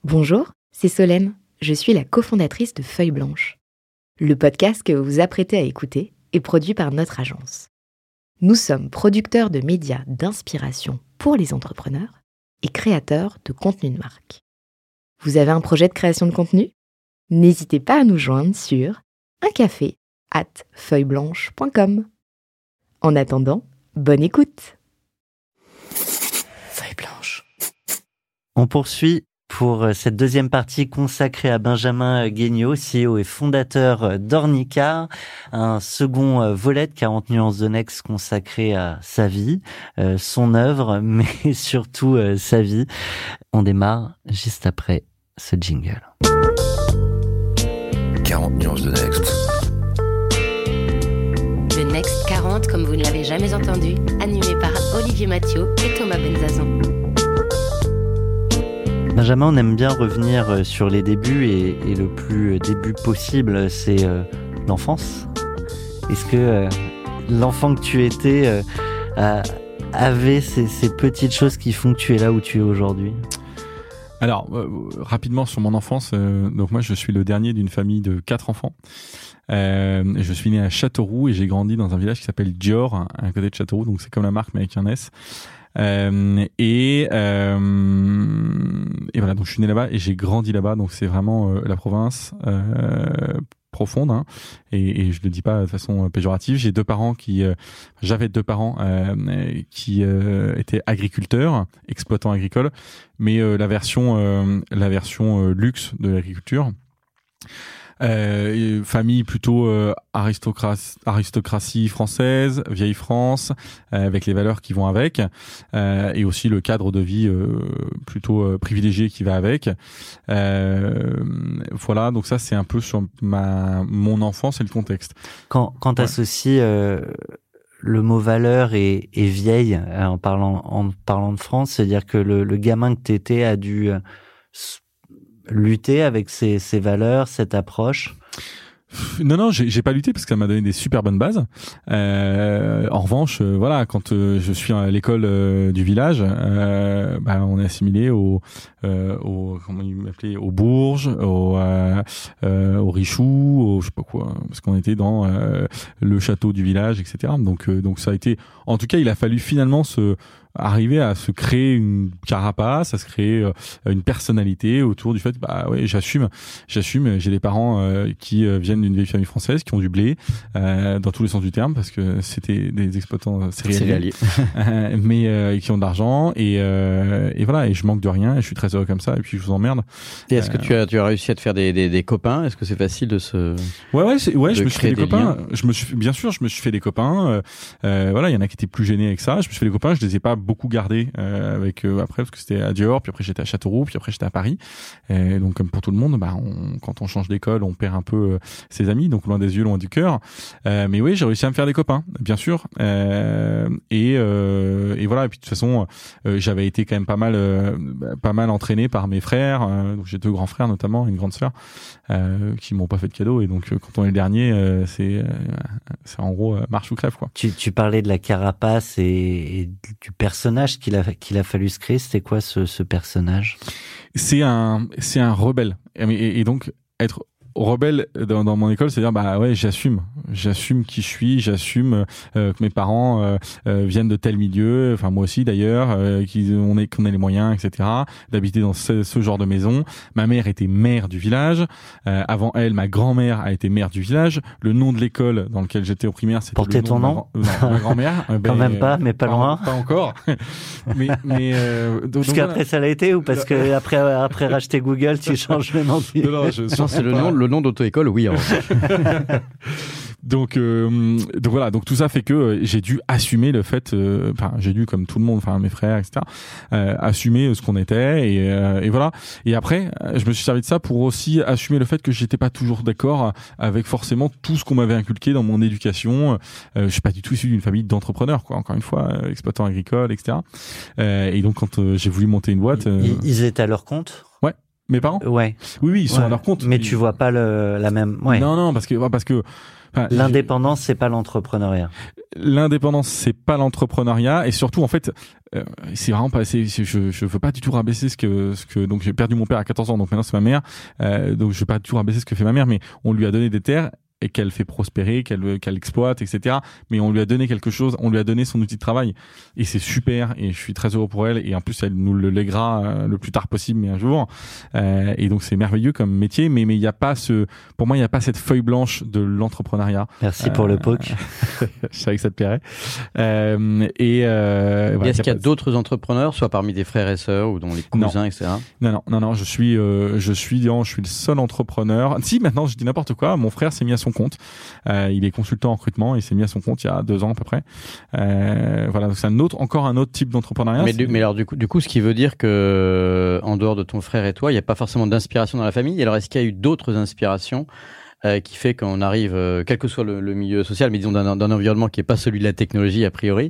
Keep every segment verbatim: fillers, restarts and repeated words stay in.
Bonjour, c'est Solène. Je suis la cofondatrice de Feuille Blanche. Le podcast que vous vous apprêtez à écouter est produit par notre agence. Nous sommes producteurs de médias d'inspiration pour les entrepreneurs et créateurs de contenu de marque. Vous avez un projet de création de contenu ? N'hésitez pas à nous joindre sur un café arobase feuille blanche point com. En attendant, bonne écoute. Feuille Blanche. On poursuit pour cette deuxième partie consacrée à Benjamin Guignot, C E O et fondateur d'Ornicar, un second volet de quarante nuances de Next consacré à sa vie, euh, son œuvre, mais surtout euh, sa vie. On démarre juste après ce jingle. quarante nuances de Next. Le Next quarante, comme vous ne l'avez jamais entendu, animé par Olivier Mathieu et Thomas Benzazon. Benjamin, on aime bien revenir sur les débuts et, et le plus début possible, c'est euh, l'enfance. Est-ce que euh, l'enfant que tu étais euh, euh, avait ces, ces petites choses qui font que tu es là où tu es aujourd'hui ? Alors, euh, rapidement sur mon enfance, euh, donc moi je suis le dernier d'une famille de quatre enfants. Euh, je suis né à Châteauroux et j'ai grandi dans un village qui s'appelle Dior, à un côté de Châteauroux, donc c'est comme la marque mais avec un S. Euh, et, euh, et voilà, donc je suis né là-bas et j'ai grandi là-bas, donc c'est vraiment euh, la province euh, profonde, hein, et, et je le dis pas de façon péjorative. J'ai deux parents qui, euh, j'avais deux parents euh, qui euh, étaient agriculteurs, exploitants agricoles, mais euh, la version, euh, la version euh, luxe de l'agriculture. Euh, famille plutôt euh, aristocratie, aristocratie française, vieille France, euh, avec les valeurs qui vont avec, euh, et aussi le cadre de vie euh, plutôt euh, privilégié qui va avec. Euh, voilà, donc ça c'est un peu sur ma mon enfance et le contexte. Quand quand t'associes ouais. euh, le mot valeur et, et vieille euh, en parlant en parlant de France, c'est-à-dire que le, le gamin que t'étais a dû euh, lutter avec ces, ces valeurs, cette approche? Non, non, j'ai, j'ai pas lutté parce que ça m'a donné des super bonnes bases. Euh, en revanche, euh, voilà, quand euh, je suis à l'école euh, du village, euh, bah, on est assimilé au, euh, au, comment il m'appelait, au Bourges, au, euh, euh, au Richoux, au je sais pas quoi, parce qu'on était dans euh, le château du village, et cetera. Donc, euh, donc ça a été, en tout cas, il a fallu finalement se arriver à se créer une carapace, à se créer euh, une personnalité autour du fait, bah ouais, j'assume, j'assume, j'ai des parents euh, qui euh, viennent d'une vieille famille française, qui ont du blé, euh, dans tous les sens du terme, parce que c'était des exploitants céréaliers, euh, mais euh, qui ont de l'argent, et, euh, et voilà, et je manque de rien, et je suis très heureux comme ça, et puis je vous emmerde. Et est-ce euh, que tu as, tu as réussi à te faire des, des, des copains ? Est-ce que c'est facile de se... Ouais, ouais, c'est, ouais, je me suis fait des, des copains. Liens. Je me suis, bien sûr, je me suis fait des copains. Euh, euh, voilà, il y en a qui étaient plus gênés avec ça. Je me suis fait des copains. Je les ai pas beaucoup gardés euh, avec euh, après parce que c'était à Dior, puis après j'étais à Châteauroux, puis après j'étais à Paris. Et donc comme pour tout le monde, bah, on, quand on change d'école, on perd un peu euh, ses amis. Donc loin des yeux, loin du cœur. Euh, mais oui, j'ai réussi à me faire des copains, bien sûr. Euh, et, euh, et voilà. Et puis de toute façon, euh, j'avais été quand même pas mal, euh, pas mal entraîné par mes frères. Euh, donc j'ai deux grands frères notamment, et une grande sœur, euh, qui m'ont pas fait de cadeau. Et donc euh, quand on est le dernier, euh, c'est, euh, c'est en gros euh, marche ou crève, quoi. Tu, tu parlais de la carapace et, et du personnage qu'il a qu'il a fallu se créer. C'était quoi ce, ce personnage ? C'est un c'est un rebelle. Et, et, et donc être rebelle dans, dans mon école, c'est-à-dire bah ouais, j'assume, j'assume qui je suis, j'assume euh, que mes parents euh, euh, viennent de tel milieu, enfin moi aussi d'ailleurs, euh, qu'on ait qu'on ait les moyens, et cetera, d'habiter dans ce, ce genre de maison. Ma mère était maire du village. Euh, avant elle, ma grand-mère a été maire du village. Le nom de l'école dans lequel j'étais au primaire, c'était Portait le nom ton de ma, nom grand, non, ma grand-mère. Quand ben, même pas, mais pas, pas loin. Pas encore. mais mais euh, donc, parce donc, qu'après voilà. Ça l'a été ou parce que après après racheter Google, tu changes le nom du... Non, non, je, non c'est le nom le nom d'auto-école, oui. donc, euh, donc voilà, donc tout ça fait que euh, j'ai dû assumer le fait, enfin euh, j'ai dû comme tout le monde, enfin mes frères, et cetera, euh, assumer ce qu'on était et, euh, et voilà. Et après, je me suis servi de ça pour aussi assumer le fait que j'étais pas toujours d'accord avec forcément tout ce qu'on m'avait inculqué dans mon éducation. Euh, je suis pas du tout issu d'une famille d'entrepreneurs, quoi. Encore une fois, euh, exploitant agricole, et cetera. Euh, et donc quand euh, j'ai voulu monter une boîte, euh... ils, ils étaient à leur compte. Ouais. Mes parents ? Ouais. Oui, oui, ils sont ouais. à leur compte. Mais ils... tu vois pas le, la même. Ouais. Non, non, parce que parce que Enfin, l'indépendance, c'est pas l'entrepreneuriat. L'indépendance, c'est pas l'entrepreneuriat, et surtout, en fait, euh, c'est vraiment pas assez. Je, je veux pas du tout rabaisser ce que, ce que. Donc, j'ai perdu mon père à quatorze ans, donc maintenant c'est ma mère. Euh, donc, je veux pas du tout rabaisser ce que fait ma mère, mais on lui a donné des terres et qu'elle fait prospérer, qu'elle qu'elle exploite, et cetera. Mais on lui a donné quelque chose, on lui a donné son outil de travail, et c'est super. Et je suis très heureux pour elle. Et en plus, elle nous le lèguera euh, le plus tard possible, mais un jour. Euh, et donc, c'est merveilleux comme métier. Mais mais il y a pas ce, pour moi, il y a pas cette feuille blanche de l'entrepreneuriat. Merci euh, pour le poke. Je savais que ça te plairait. Euh, et euh, voilà, est-ce qu'il y a, y a d'autres entrepreneurs, soit parmi des frères et sœurs ou dont les cousins, non. et cetera. Non, non, non, non. Je suis, euh, je suis, je suis le seul entrepreneur. Si maintenant, je dis n'importe quoi. Mon frère s'est mis à son compte. Euh, il est consultant en recrutement. Il s'est mis à son compte il y a deux ans à peu près. Euh, voilà, donc c'est un autre, encore un autre type d'entrepreneuriat. Mais, du, mais alors du coup, du coup, ce qui veut dire que en dehors de ton frère et toi, il n'y a pas forcément d'inspiration dans la famille. Alors, est-ce qu'il y a eu d'autres inspirations euh, qui fait qu'on arrive, euh, quel que soit le, le milieu social, mais disons d'un, d'un environnement qui n'est pas celui de la technologie a priori,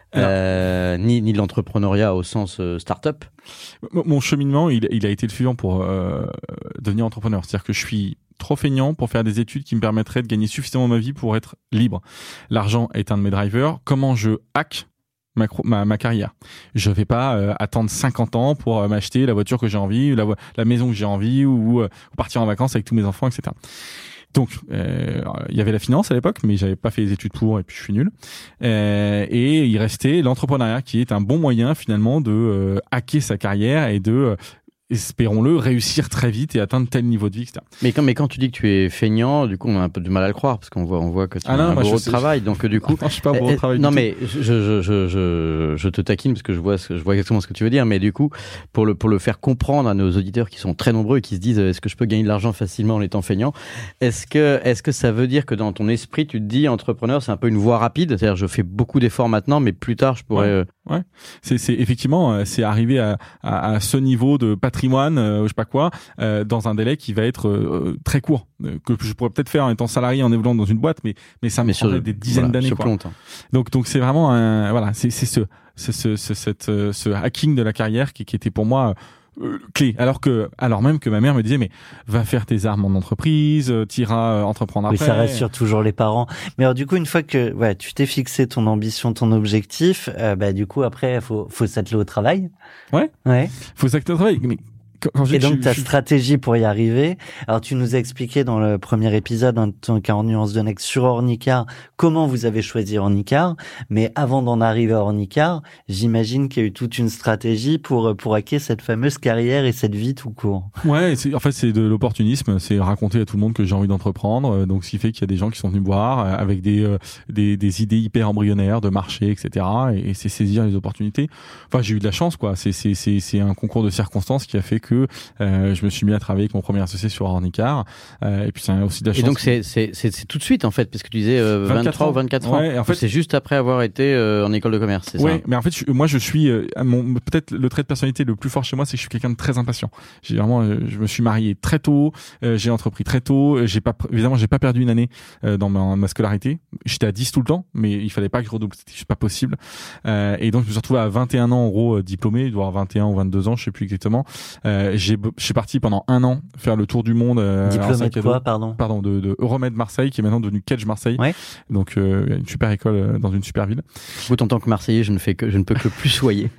euh, ni, ni de l'entrepreneuriat au sens euh, start-up? Mon cheminement, il, il a été le suivant pour euh, devenir entrepreneur. C'est-à-dire que je suis trop feignant pour faire des études qui me permettraient de gagner suffisamment ma vie pour être libre. L'argent est un de mes drivers. Comment je hack ma, ma, ma carrière? Je vais pas euh, attendre cinquante ans pour euh, m'acheter la voiture que j'ai envie, la, la maison que j'ai envie, ou, euh, ou partir en vacances avec tous mes enfants, et cetera. Donc, euh, il y avait la finance à l'époque, mais j'avais pas fait les études pour, et puis je suis nul. Euh, et il restait l'entrepreneuriat, qui est un bon moyen finalement de euh, hacker sa carrière et de euh, espérons-le, réussir très vite et atteindre tel niveau de vie, et cetera. Mais quand, mais quand tu dis que tu es feignant, du coup, on a un peu de mal à le croire, parce qu'on voit, on voit que tu ah as non, un moi, bourreau je de sais, travail, je... donc du coup... Non, je suis pas un bourreau de travail. Non, du mais tout. je, je, je, je, je te taquine, parce que je vois, ce, je vois exactement ce que tu veux dire, mais du coup, pour le, pour le faire comprendre à nos auditeurs qui sont très nombreux et qui se disent, est-ce que je peux gagner de l'argent facilement en étant feignant? Est-ce que, est-ce que ça veut dire que dans ton esprit, tu te dis, entrepreneur, c'est un peu une voie rapide? C'est-à-dire, je fais beaucoup d'efforts maintenant, mais plus tard, je pourrais... Ouais. Ouais, c'est, c'est effectivement, c'est arrivé à, à, à ce niveau de patrimoine, euh, je sais pas quoi, euh, dans un délai qui va être euh, très court, euh, que je pourrais peut-être faire en étant salarié, en évoluant dans une boîte, mais mais ça me prendrait des dizaines voilà, d'années. Sur quoi. longtemps. Donc donc c'est vraiment un, voilà, c'est c'est ce c'est ce, ce cette ce hacking de la carrière qui, qui était pour moi Euh, clé, alors que, alors même que ma mère me disait, mais va faire tes armes en entreprise, euh, t'iras euh, entreprendre après. Oui, ça reste sur toujours les parents. Mais alors, du coup, une fois que, ouais, tu t'es fixé ton ambition, ton objectif, euh, bah, du coup, après, faut, faut s'atteler au travail. Ouais. Ouais. Faut s'atteler au travail. Mais quand, quand et je, donc, je, ta je... stratégie pour y arriver. Alors, tu nous as expliqué dans le premier épisode, dans ton quarante nuances de Next sur Ornicar, comment vous avez choisi Ornicar. Mais avant d'en arriver à Ornicar, j'imagine qu'il y a eu toute une stratégie pour, pour hacker cette fameuse carrière et cette vie tout court. Ouais, c'est, en fait, c'est de l'opportunisme. C'est raconter à tout le monde que j'ai envie d'entreprendre. Donc, ce qui fait qu'il y a des gens qui sont venus me voir avec des, euh, des, des idées hyper embryonnaires de marché, et cetera. Et, et c'est saisir les opportunités. Enfin, j'ai eu de la chance, quoi. C'est, c'est, c'est, c'est un concours de circonstances qui a fait que euh, je me suis mis à travailler avec mon premier associé sur Ornicar. Euh, et puis c'est aussi de la chance. Et donc c'est c'est c'est, c'est tout de suite en fait, parce que tu disais euh, vingt-trois ou vingt-quatre ans. Ouais, en fait c'est juste après avoir été euh, en école de commerce, c'est ouais, ça? Mais en fait, je, moi je suis euh, mon peut-être le trait de personnalité le plus fort chez moi, c'est que je suis quelqu'un de très impatient. J'ai vraiment, euh, je me suis marié très tôt, euh, j'ai entrepris très tôt. J'ai pas évidemment j'ai pas perdu une année euh, dans ma, ma scolarité. J'étais à dix tout le temps, mais il fallait pas que je redouble, c'était juste pas possible. Euh, et donc je me suis retrouvé à vingt et un ans en gros euh, diplômé, il doit avoir vingt et un ou vingt-deux ans, je sais plus exactement. Euh, j'ai je suis parti pendant un an faire le tour du monde. Euh, Diplômé de quoi, pardon Pardon, de, de Euromed Marseille, qui est maintenant devenu Kedge Marseille. Ouais. Donc euh, une super école euh, dans une super ville. Vous, en tant que Marseillais, je ne fais que, je ne peux que plus soyer.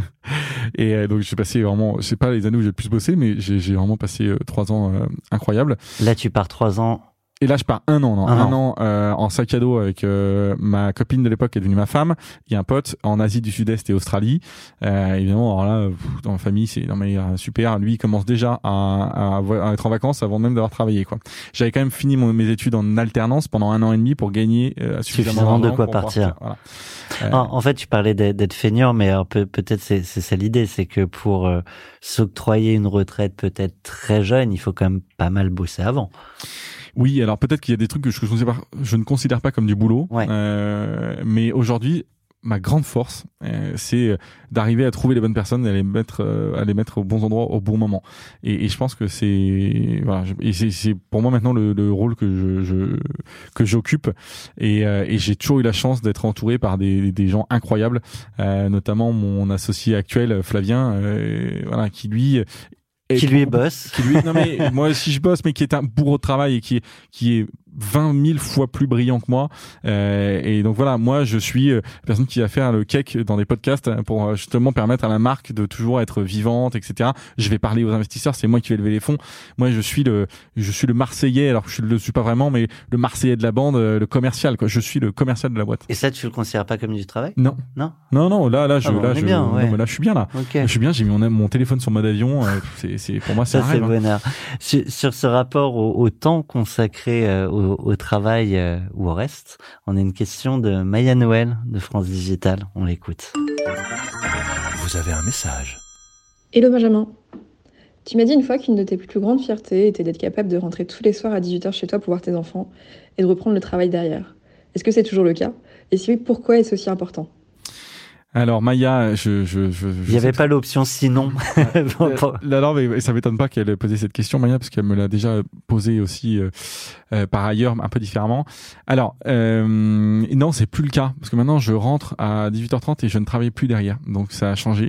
Et euh, donc j'ai passé vraiment, c'est pas les années où j'ai le plus bossé, mais j'ai, j'ai vraiment passé euh, trois ans euh, incroyables. Là, tu pars trois ans. Et là, je pars un an, non, un, un an, an euh, en sac à dos avec euh, ma copine de l'époque qui est devenue ma femme. Il y a un pote en Asie du Sud-Est et Australie. Euh, évidemment, alors là, pff, dans la famille, c'est non mais euh, super. Lui, il commence déjà à, à, à être en vacances avant même d'avoir travaillé, quoi. J'avais quand même fini mon, mes études en alternance pendant un an et demi pour gagner euh, suffisamment, suffisamment de quoi partir. Voilà. Euh... En, en fait, tu parlais d'être, d'être feignant, mais alors, peut, peut-être c'est, c'est ça l'idée, c'est que pour euh, s'octroyer une retraite peut-être très jeune, il faut quand même pas mal bosser avant. Oui, alors peut-être qu'il y a des trucs que je, je, considère, je ne considère pas comme du boulot, ouais. euh, mais aujourd'hui, ma grande force, euh, c'est d'arriver à trouver les bonnes personnes, et à les mettre, euh, à les mettre aux bons endroits au bon moment. Et, et je pense que c'est, voilà, je, et c'est, c'est pour moi maintenant le, le rôle que je, je que j'occupe. Et, euh, et j'ai toujours eu la chance d'être entouré par des, des gens incroyables, euh, notamment mon associé actuel Flavien, euh, voilà, qui lui est qui lui est boss. Qui lui, non mais moi aussi je bosse, mais qui est un bourreau de travail et qui est qui est vingt mille fois plus brillant que moi. Euh, et donc voilà, moi je suis euh, la personne qui va faire le cake dans des podcasts pour justement permettre à la marque de toujours être vivante, et cetera. Je vais parler aux investisseurs, c'est moi qui vais lever les fonds. Moi je suis le je suis le Marseillais, alors je le suis pas vraiment, mais le Marseillais de la bande, le commercial quoi. Je suis le commercial de la boîte. Et ça, tu le considères pas comme du travail? Non, non, non, non. Là, là, je, ah bon, là, je, bien, ouais. non, mais là, je suis bien là. Okay. Je suis bien. J'ai mis mon, mon téléphone sur mode avion. Euh, c'est, c'est pour moi, c'est ça, un c'est rêve. le bonheur. Hein. Sur, sur ce rapport au, au temps consacré euh, au, au travail euh, ou au reste, on a une question de Maya Noël de France Digital. On l'écoute. Vous avez un message. Hello Benjamin. Tu m'as dit une fois qu'une de tes plus grandes fiertés était d'être capable de rentrer tous les soirs à dix-huit heures chez toi pour voir tes enfants et de reprendre le travail derrière. Est-ce que c'est toujours le cas? Et si oui, pourquoi est-ce aussi important? Alors Maya, je, je, je, il n'y avait pas l'option sinon. Là, non, mais ça m'étonne pas qu'elle ait posé cette question, Maya, parce qu'elle me l'a déjà posée aussi euh, euh, par ailleurs, un peu différemment. Alors, euh, non, c'est plus le cas, parce que maintenant je rentre à dix-huit heures trente et je ne travaille plus derrière, donc ça a changé.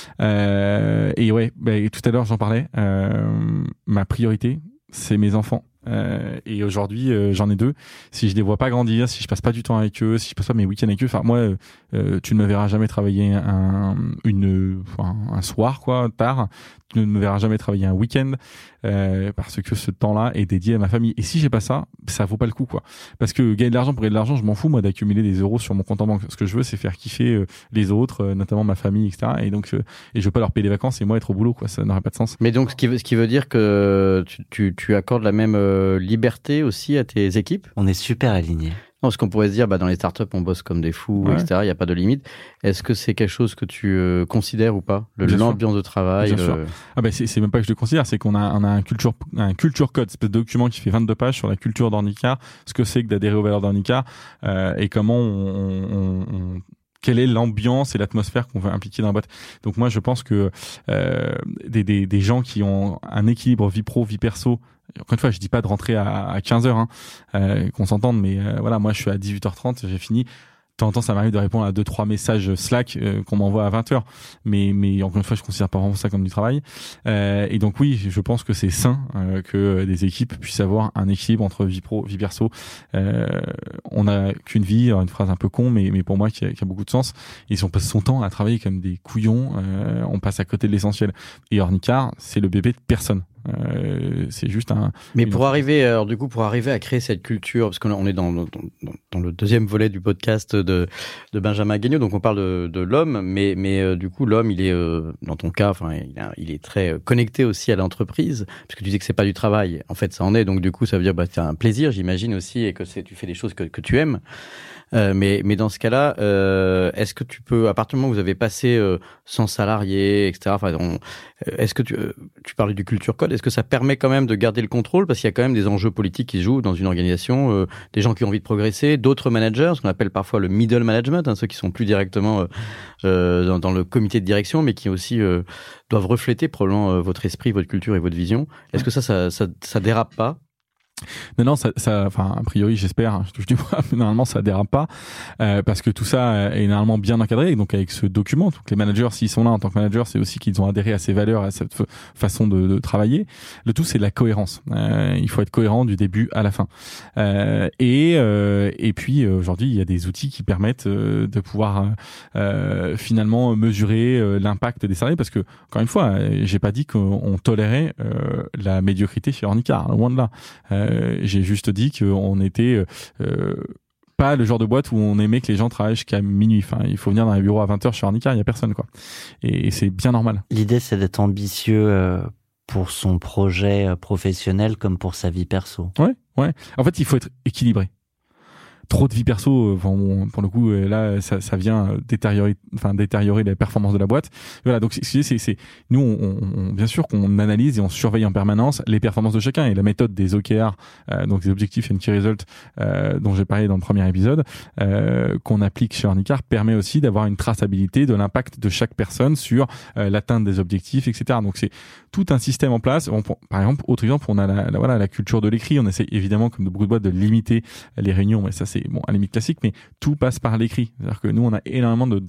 Euh, et ouais, bah, tout à l'heure j'en parlais. Euh, ma priorité, c'est mes enfants. Euh, et aujourd'hui, euh, j'en ai deux. Si je les vois pas grandir, si je passe pas du temps avec eux, si je passe pas mes week-ends avec eux, enfin moi, euh, tu ne me verras jamais travailler un, une, un, un soir quoi, tard. Tu ne me verras jamais travailler un week-end euh, parce que ce temps-là est dédié à ma famille. Et si j'ai pas ça, ça vaut pas le coup quoi. Parce que gagner de l'argent pour gagner de l'argent, je m'en fous moi d'accumuler des euros sur mon compte en banque. Ce que je veux, c'est faire kiffer euh, les autres, euh, notamment ma famille, et cetera. Et donc, euh, et je veux pas leur payer des vacances et moi être au boulot quoi. Ça n'aurait pas de sens. Mais donc, ce qui veut, ce qui veut dire que tu, tu, tu accordes la même euh, liberté aussi à tes équipes? On est super alignés. Non, ce qu'on pourrait se dire, bah, dans les startups, on bosse comme des fous, ouais. et cetera. Il n'y a pas de limite. Est-ce que c'est quelque chose que tu euh, considères ou pas? Le, l'ambiance de travail Bien le... sûr. Ah bah c'est, c'est même pas que je le considère, c'est qu'on a, on a un culture, un culture code, espèce de document qui fait vingt-deux pages sur la culture d'Ornicar, ce que c'est que d'adhérer aux valeurs d'Ornicar, euh, et comment on, on, on quelle est l'ambiance et l'atmosphère qu'on veut impliquer dans la boîte. Donc moi, je pense que euh, des, des, des gens qui ont un équilibre vie pro, vie perso, encore une fois, je dis pas de rentrer à, à quinze heures, hein, euh, qu'on s'entende, mais euh, voilà, moi je suis à dix-huit heures trente, j'ai fini. De temps en temps, ça m'arrive de répondre à deux, trois messages Slack euh, qu'on m'envoie à vingt heures. Mais, mais encore une fois, je considère pas vraiment ça comme du travail. Euh, et donc oui, je pense que c'est sain euh, que des équipes puissent avoir un équilibre entre vie pro, vie perso. Euh, on n'a qu'une vie, une phrase un peu con, mais, mais pour moi qui a, qui a beaucoup de sens. Et si on passe son temps à travailler comme des couillons, euh, on passe à côté de l'essentiel. Et Ornicar, c'est le bébé de personne. Euh, c'est juste un. Mais pour arriver, alors du coup, pour arriver à créer cette culture, parce qu'on est dans, dans, dans le deuxième volet du podcast de, de Benjamin Guignot, donc on parle de, de l'homme, mais, mais euh, du coup, l'homme, il est, euh, dans ton cas, enfin, il, il est très connecté aussi à l'entreprise, parce que tu dis que c'est pas du travail. En fait, ça en est, donc du coup, ça veut dire, bah, c'est un plaisir, j'imagine aussi, et que c'est, tu fais des choses que, que tu aimes. Euh, mais, mais dans ce cas-là, euh, est-ce que tu peux, à partir du moment où vous avez passé euh, cent salariés, et cetera, enfin, on, est-ce que tu, euh, tu parlais du culture code, est-ce que ça permet quand même de garder le contrôle, parce qu'il y a quand même des enjeux politiques qui se jouent dans une organisation, euh, des gens qui ont envie de progresser, d'autres managers, ce qu'on appelle parfois le middle management, hein, ceux qui sont plus directement euh, euh, dans, dans le comité de direction, mais qui aussi euh, doivent refléter probablement euh, votre esprit, votre culture et votre vision. Est-ce que ça, ça, ça, ça dérape pas? Non, non, ça, ça, enfin, a priori, j'espère, je touche du bois, mais normalement, ça dérape pas, euh, parce que tout ça est normalement bien encadré. Et donc, avec ce document, donc les managers, s'ils sont là en tant que managers, c'est aussi qu'ils ont adhéré à ces valeurs, à cette f- façon de, de travailler. Le tout, c'est de la cohérence. Euh, il faut être cohérent du début à la fin. Euh, et, euh, et puis, aujourd'hui, il y a des outils qui permettent euh, de pouvoir euh, finalement mesurer euh, l'impact des salariés, parce que, encore une fois, j'ai pas dit qu'on tolérait euh, la médiocrité chez Ornicar, loin de là. Euh, Euh, j'ai juste dit qu'on était euh, pas le genre de boîte où on aimait que les gens travaillent jusqu'à minuit. Enfin, il faut venir dans un bureau à vingt heures chez Ornicar, il y a personne quoi. Et, et c'est bien normal. L'idée, c'est d'être ambitieux euh, pour son projet professionnel comme pour sa vie perso. Ouais, ouais. En fait, il faut être équilibré. Trop de vie perso, enfin, on, pour le coup, là, ça, ça vient détériorer, enfin détériorer la performance de la boîte. Voilà, donc c'est, c'est, c'est nous, on, on, bien sûr qu'on analyse et on surveille en permanence les performances de chacun. Et la méthode des O K R, euh, donc des Objective and Key Results, euh, dont j'ai parlé dans le premier épisode, euh, qu'on applique chez Ornicar, permet aussi d'avoir une traçabilité de l'impact de chaque personne sur euh, l'atteinte des objectifs, et cetera. Donc c'est tout un système en place. On, par exemple, autre exemple, on a la, la, voilà, la culture de l'écrit. On essaie évidemment, comme de beaucoup de boîtes, de limiter les réunions, mais ça c'est bon à la limite classique, mais tout passe par l'écrit. C'est-à-dire que nous, on a énormément de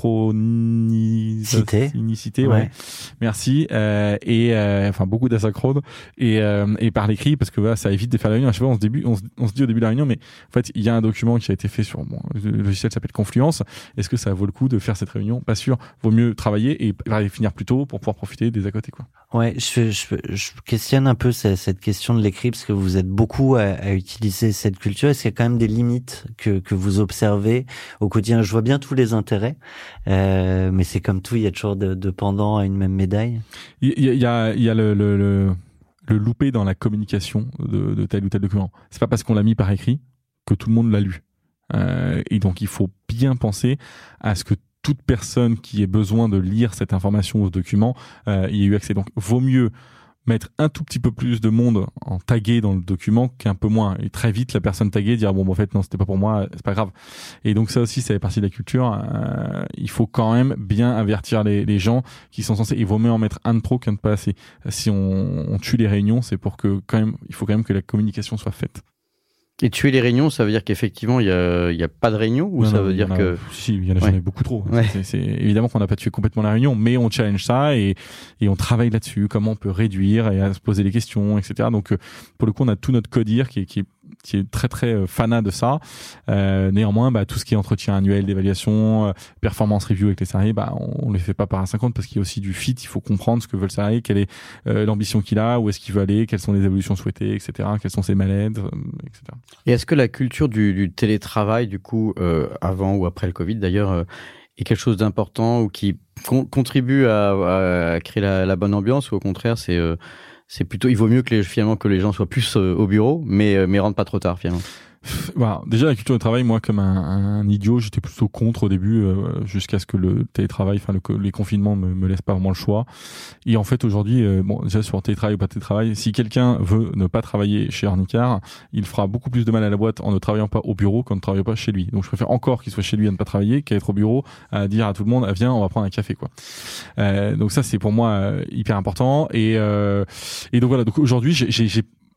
d'asynchronicité, ouais. ouais. Merci. Euh, et euh, enfin beaucoup d'asynchrone et euh, et par l'écrit parce que voilà, ça évite de faire la réunion. À chaque fois, on se début, on se, on se dit au début de la réunion, mais en fait, il y a un document qui a été fait sur bon, le logiciel s'appelle Confluence. Est-ce que ça vaut le coup de faire cette réunion? Pas sûr. Vaut mieux travailler et finir plus tôt pour pouvoir profiter des à côté, quoi. Ouais, je, je, je questionne un peu cette, cette question de l'écrit parce que vous êtes beaucoup à, à utiliser cette culture. Est-ce qu'il y a quand même des limites que, que vous observez au quotidien? Je vois bien tous les intérêts, euh, mais c'est comme tout, il y a toujours de, de pendant à une même médaille. Il y a, il y a, il y a le, le, le, le loupé dans la communication de, de tel ou tel document. C'est pas parce qu'on l'a mis par écrit que tout le monde l'a lu. Euh, et donc, il faut bien penser à ce que toute personne qui ait besoin de lire cette information ou ce document euh, y ait eu accès. Donc, vaut mieux mettre un tout petit peu plus de monde en tagué dans le document qu'un peu moins. Et très vite, la personne taguée dira bon, bon en fait non, c'était pas pour moi, c'est pas grave. Et donc ça aussi, ça fait partie de la culture. Euh, il faut quand même bien avertir les, les gens qui sont censés. Il vaut mieux en mettre un de trop qu'un de pas assez. Si on, on tue les réunions, c'est pour que quand même, il faut quand même que la communication soit faite. Et tuer les réunions, ça veut dire qu'effectivement, il y a, il y a pas de réunion ou non, ça non, veut dire a, que... Si, il y en a jamais ouais. beaucoup trop. Ouais. C'est, c'est, évidemment qu'on n'a pas tué complètement la réunion, mais on challenge ça et, et on travaille là-dessus, comment on peut réduire et à se poser les questions, et cetera. Donc, pour le coup, on a tout notre codir qui est, qui est qui est très très euh, fanat de ça. Euh, néanmoins, bah, tout ce qui est entretien annuel d'évaluation, euh, performance review avec les salariés, bah, on ne les fait pas par un cinquante parce qu'il y a aussi du fit. Il faut comprendre ce que veut le salarié, quelle est euh, l'ambition qu'il a, où est-ce qu'il veut aller, quelles sont les évolutions souhaitées, et cetera. Quels sont ses mal-être, euh, et cetera. Et est-ce que la culture du, du télétravail, du coup, euh, avant ou après le Covid d'ailleurs, euh, est quelque chose d'important ou qui con- contribue à, à créer la, la bonne ambiance, ou au contraire, c'est euh, c'est plutôt, il vaut mieux que les, finalement que les gens soient plus euh, au bureau, mais mais rentrent pas trop tard finalement. Voilà. Déjà, la culture du travail, moi, comme un, un idiot, j'étais plutôt contre au début, euh, jusqu'à ce que le télétravail, enfin le, les confinements me, me laissent pas vraiment le choix. Et en fait, aujourd'hui, euh, bon, déjà sur télétravail ou pas télétravail, si quelqu'un veut ne pas travailler chez Ornicar, il fera beaucoup plus de mal à la boîte en ne travaillant pas au bureau qu'en ne travaillant pas chez lui. Donc, je préfère encore qu'il soit chez lui à ne pas travailler qu'à être au bureau à dire à tout le monde, ah, viens, on va prendre un café, quoi. Euh, donc ça, c'est pour moi euh, hyper important. Et euh, et donc voilà. Donc aujourd'hui, j'ai, j'ai, j'ai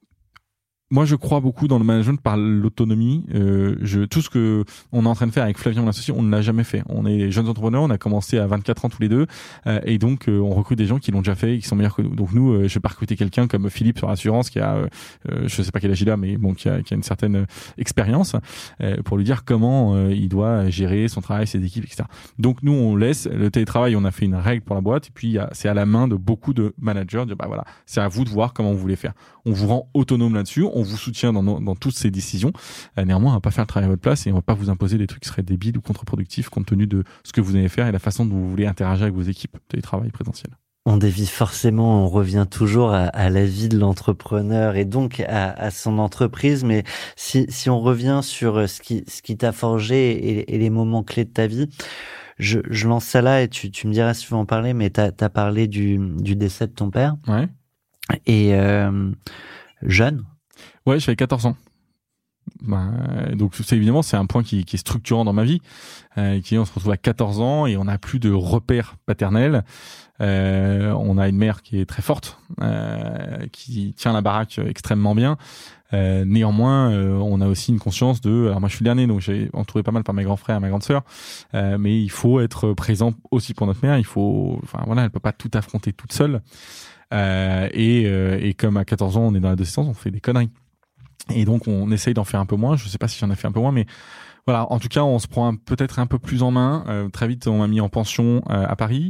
Moi, je crois beaucoup dans le management par l'autonomie. Euh, je, tout ce que on est en train de faire avec Flavien, mon associé, on ne l'a jamais fait. On est jeunes entrepreneurs, on a commencé à vingt-quatre ans tous les deux, euh, et donc euh, on recrute des gens qui l'ont déjà fait et qui sont meilleurs que nous. Donc nous, euh, je vais pas recruter quelqu'un comme Philippe sur l'assurance qui a, euh, je sais pas quel âge il a, mais bon, qui a, qui a une certaine expérience euh, pour lui dire comment euh, il doit gérer son travail, ses équipes, et cetera. Donc nous, on laisse le télétravail. On a fait une règle pour la boîte, et puis il y a, c'est à la main de beaucoup de managers de dire bah voilà, c'est à vous de voir comment vous voulez faire. On vous rend autonome là-dessus. On vous soutient dans, nos, dans toutes ces décisions. Euh, néanmoins, on va pas faire le travail à votre place et on va pas vous imposer des trucs qui seraient débiles ou contre-productifs compte tenu de ce que vous allez faire et la façon dont vous voulez interagir avec vos équipes télétravail présentiel. On dévie forcément, on revient toujours à, à la vie de l'entrepreneur et donc à, à son entreprise. Mais si, si on revient sur ce qui, ce qui t'a forgé et, et les moments clés de ta vie, je, je lance ça là et tu, tu me diras si tu veux en parler, mais t'as, t'as parlé du, du décès de ton père. Ouais. Et euh, jeune. Ouais, j'avais quatorze ans. Bah, donc c'est évidemment c'est un point qui, qui est structurant dans ma vie, euh, qui on se retrouve à quatorze ans et on n'a plus de repères paternels. Euh, on a une mère qui est très forte, euh, qui tient la baraque extrêmement bien. Euh, néanmoins, euh, on a aussi une conscience de. Alors moi, je suis le dernier, donc j'ai entouré pas mal par mes grands frères et ma grande sœur. Euh, mais il faut être présent aussi pour notre mère. Il faut, enfin voilà, elle peut pas tout affronter toute seule. Euh, et, euh, et comme à quatorze ans, on est dans l'adolescence, on fait des conneries. Et donc, on essaye d'en faire un peu moins. Je sais pas si j'en ai fait un peu moins, mais voilà. En tout cas, on se prend un, peut-être un peu plus en main. Euh, très vite, on m'a mis en pension euh, à Paris.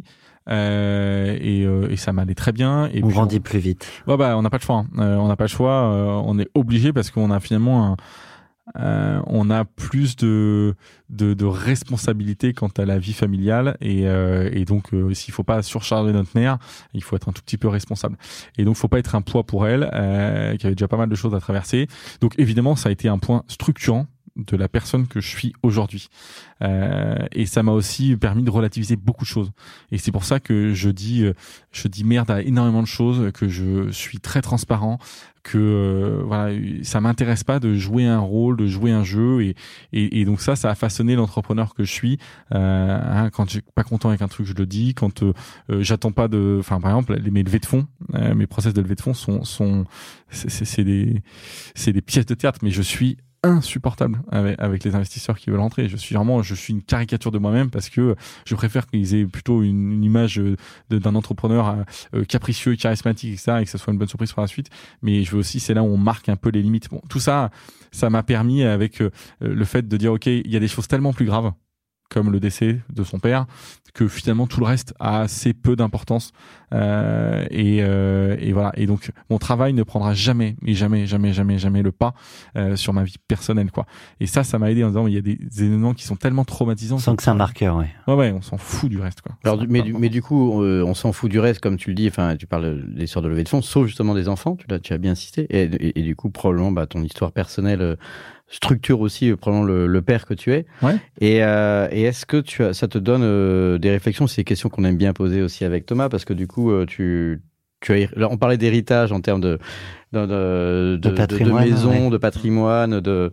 Euh, et, euh, et ça m'allait très bien. Et on puis, grandit on... plus vite. Ouais, bah, on n'a pas de choix. Hein. Euh, on n'a pas le choix. Euh, on est obligé parce qu'on a finalement un, Euh, on a plus de, de, de responsabilité quant à la vie familiale et, euh, et donc euh, s'il faut pas surcharger notre mère, il faut être un tout petit peu responsable. Et donc faut pas être un poids pour elle, euh, qui avait déjà pas mal de choses à traverser. Donc évidemment ça a été un point structurant de la personne que je suis aujourd'hui. Euh, et ça m'a aussi permis de relativiser beaucoup de choses. Et c'est pour ça que je dis, je dis merde à énormément de choses, que je suis très transparent, que euh, voilà, ça m'intéresse pas de jouer un rôle, de jouer un jeu. Et, et, et donc ça, ça a façonné l'entrepreneur que je suis. Euh, hein, quand je suis pas content avec un truc, je le dis. Quand euh, euh, j'attends pas de, enfin par exemple, mes levées de fonds, euh, mes process de levée de fonds sont, sont, c'est, c'est, c'est des, c'est des pièces de théâtre. Mais je suis insupportable avec, avec les investisseurs qui veulent rentrer. Je suis vraiment, je suis une caricature de moi-même parce que je préfère qu'ils aient plutôt une, une image de, d'un entrepreneur euh, capricieux, charismatique, et cetera, et que ça soit une bonne surprise pour la suite. Mais je veux aussi, c'est là où on marque un peu les limites. Bon, tout ça, ça m'a permis avec euh, le fait de dire, ok, il y a des choses tellement plus graves, comme le décès de son père, que finalement tout le reste a assez peu d'importance. Euh, et, euh, et voilà. Et donc mon travail ne prendra jamais, mais jamais, jamais, jamais, jamais le pas euh, sur ma vie personnelle, quoi. Et ça, ça m'a aidé en disant, il y a des, des événements qui sont tellement traumatisants. Sans que c'est un marqueur, ouais. Ouais, ouais, on s'en fout du reste, quoi. Alors, du, mais, du, mais du coup, euh, on s'en fout du reste, comme tu le dis. Enfin, tu parles des histoires de levée de fonds, sauf justement des enfants. Tu l'as, tu as bien insisté. Et, et, et du coup, probablement, bah, ton histoire personnelle. Euh, structure aussi euh, probablement le, le père que tu es. Ouais. Et, euh, et est-ce que tu as, ça te donne euh, des réflexions? C'est des questions qu'on aime bien poser aussi avec Thomas, parce que du coup, euh, tu, tu as, là, on parlait d'héritage en termes de de, de, de, de, de maison, ouais. de patrimoine, de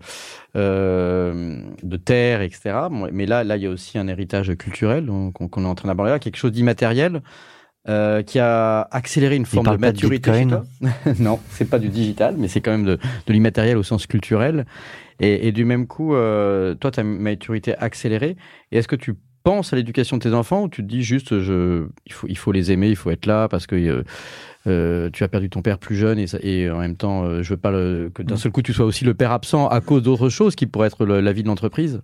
euh, de terre, et cetera. Mais là, là, il y a aussi un héritage culturel donc, qu'on, qu'on est en train d'aborder là, quelque chose d'immatériel. Euh, qui a accéléré une forme de maturité chez toi. Non, c'est pas du digital, mais c'est quand même de, de l'immatériel au sens culturel. Et, et du même coup, euh, toi, ta maturité accélérée. Et est-ce que tu penses à l'éducation de tes enfants ou tu te dis juste, je, il faut, il faut les aimer, il faut être là parce que euh, euh, tu as perdu ton père plus jeune et, ça, et en même temps, euh, je veux pas le, que d'un seul coup tu sois aussi le père absent à cause d'autres choses qui pourraient être le, la vie de l'entreprise.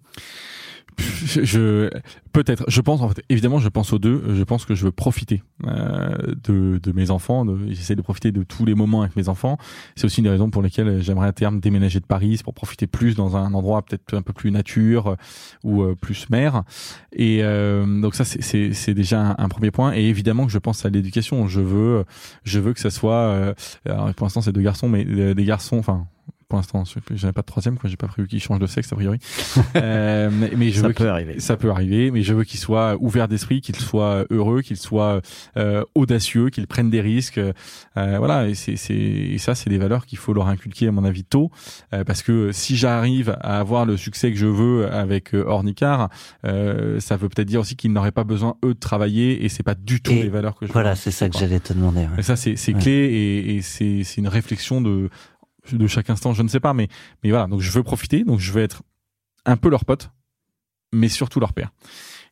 Je, je peut-être je pense en fait évidemment je pense aux deux. Je pense que je veux profiter euh, de de mes enfants, de, j'essaie de profiter de tous les moments avec mes enfants. C'est aussi une des raisons pour lesquelles j'aimerais à terme déménager de Paris, c'est pour profiter plus dans un endroit peut-être un peu plus nature euh, ou euh, plus mer. Et euh, donc ça c'est c'est c'est déjà un, un premier point. Et évidemment que je pense à l'éducation. Je veux je veux que ça soit euh, alors pour l'instant c'est deux garçons, mais euh, des garçons enfin pour l'instant, j'avais pas de troisième, quoi. J'ai pas prévu qu'il change de sexe a priori. euh, mais, mais je ça veux peut arriver. Ça peut arriver, mais je veux qu'il soit ouvert d'esprit, qu'il soit heureux, qu'il soit euh, audacieux, qu'il prenne des risques. Euh, voilà, et c'est, c'est, et ça, c'est des valeurs qu'il faut leur inculquer à mon avis tôt, euh, parce que si j'arrive à avoir le succès que je veux avec euh, Ornicar, euh, ça veut peut-être dire aussi qu'ils n'auraient pas besoin eux de travailler, et c'est pas du tout et les valeurs que je. Voilà, veux. c'est ça que j'allais te demander. Ouais. Et ça, c'est, c'est ouais. clé, et, et c'est, c'est une réflexion de. de chaque instant, je ne sais pas, mais mais voilà, donc je veux profiter, donc je veux être un peu leur pote, mais surtout leur père.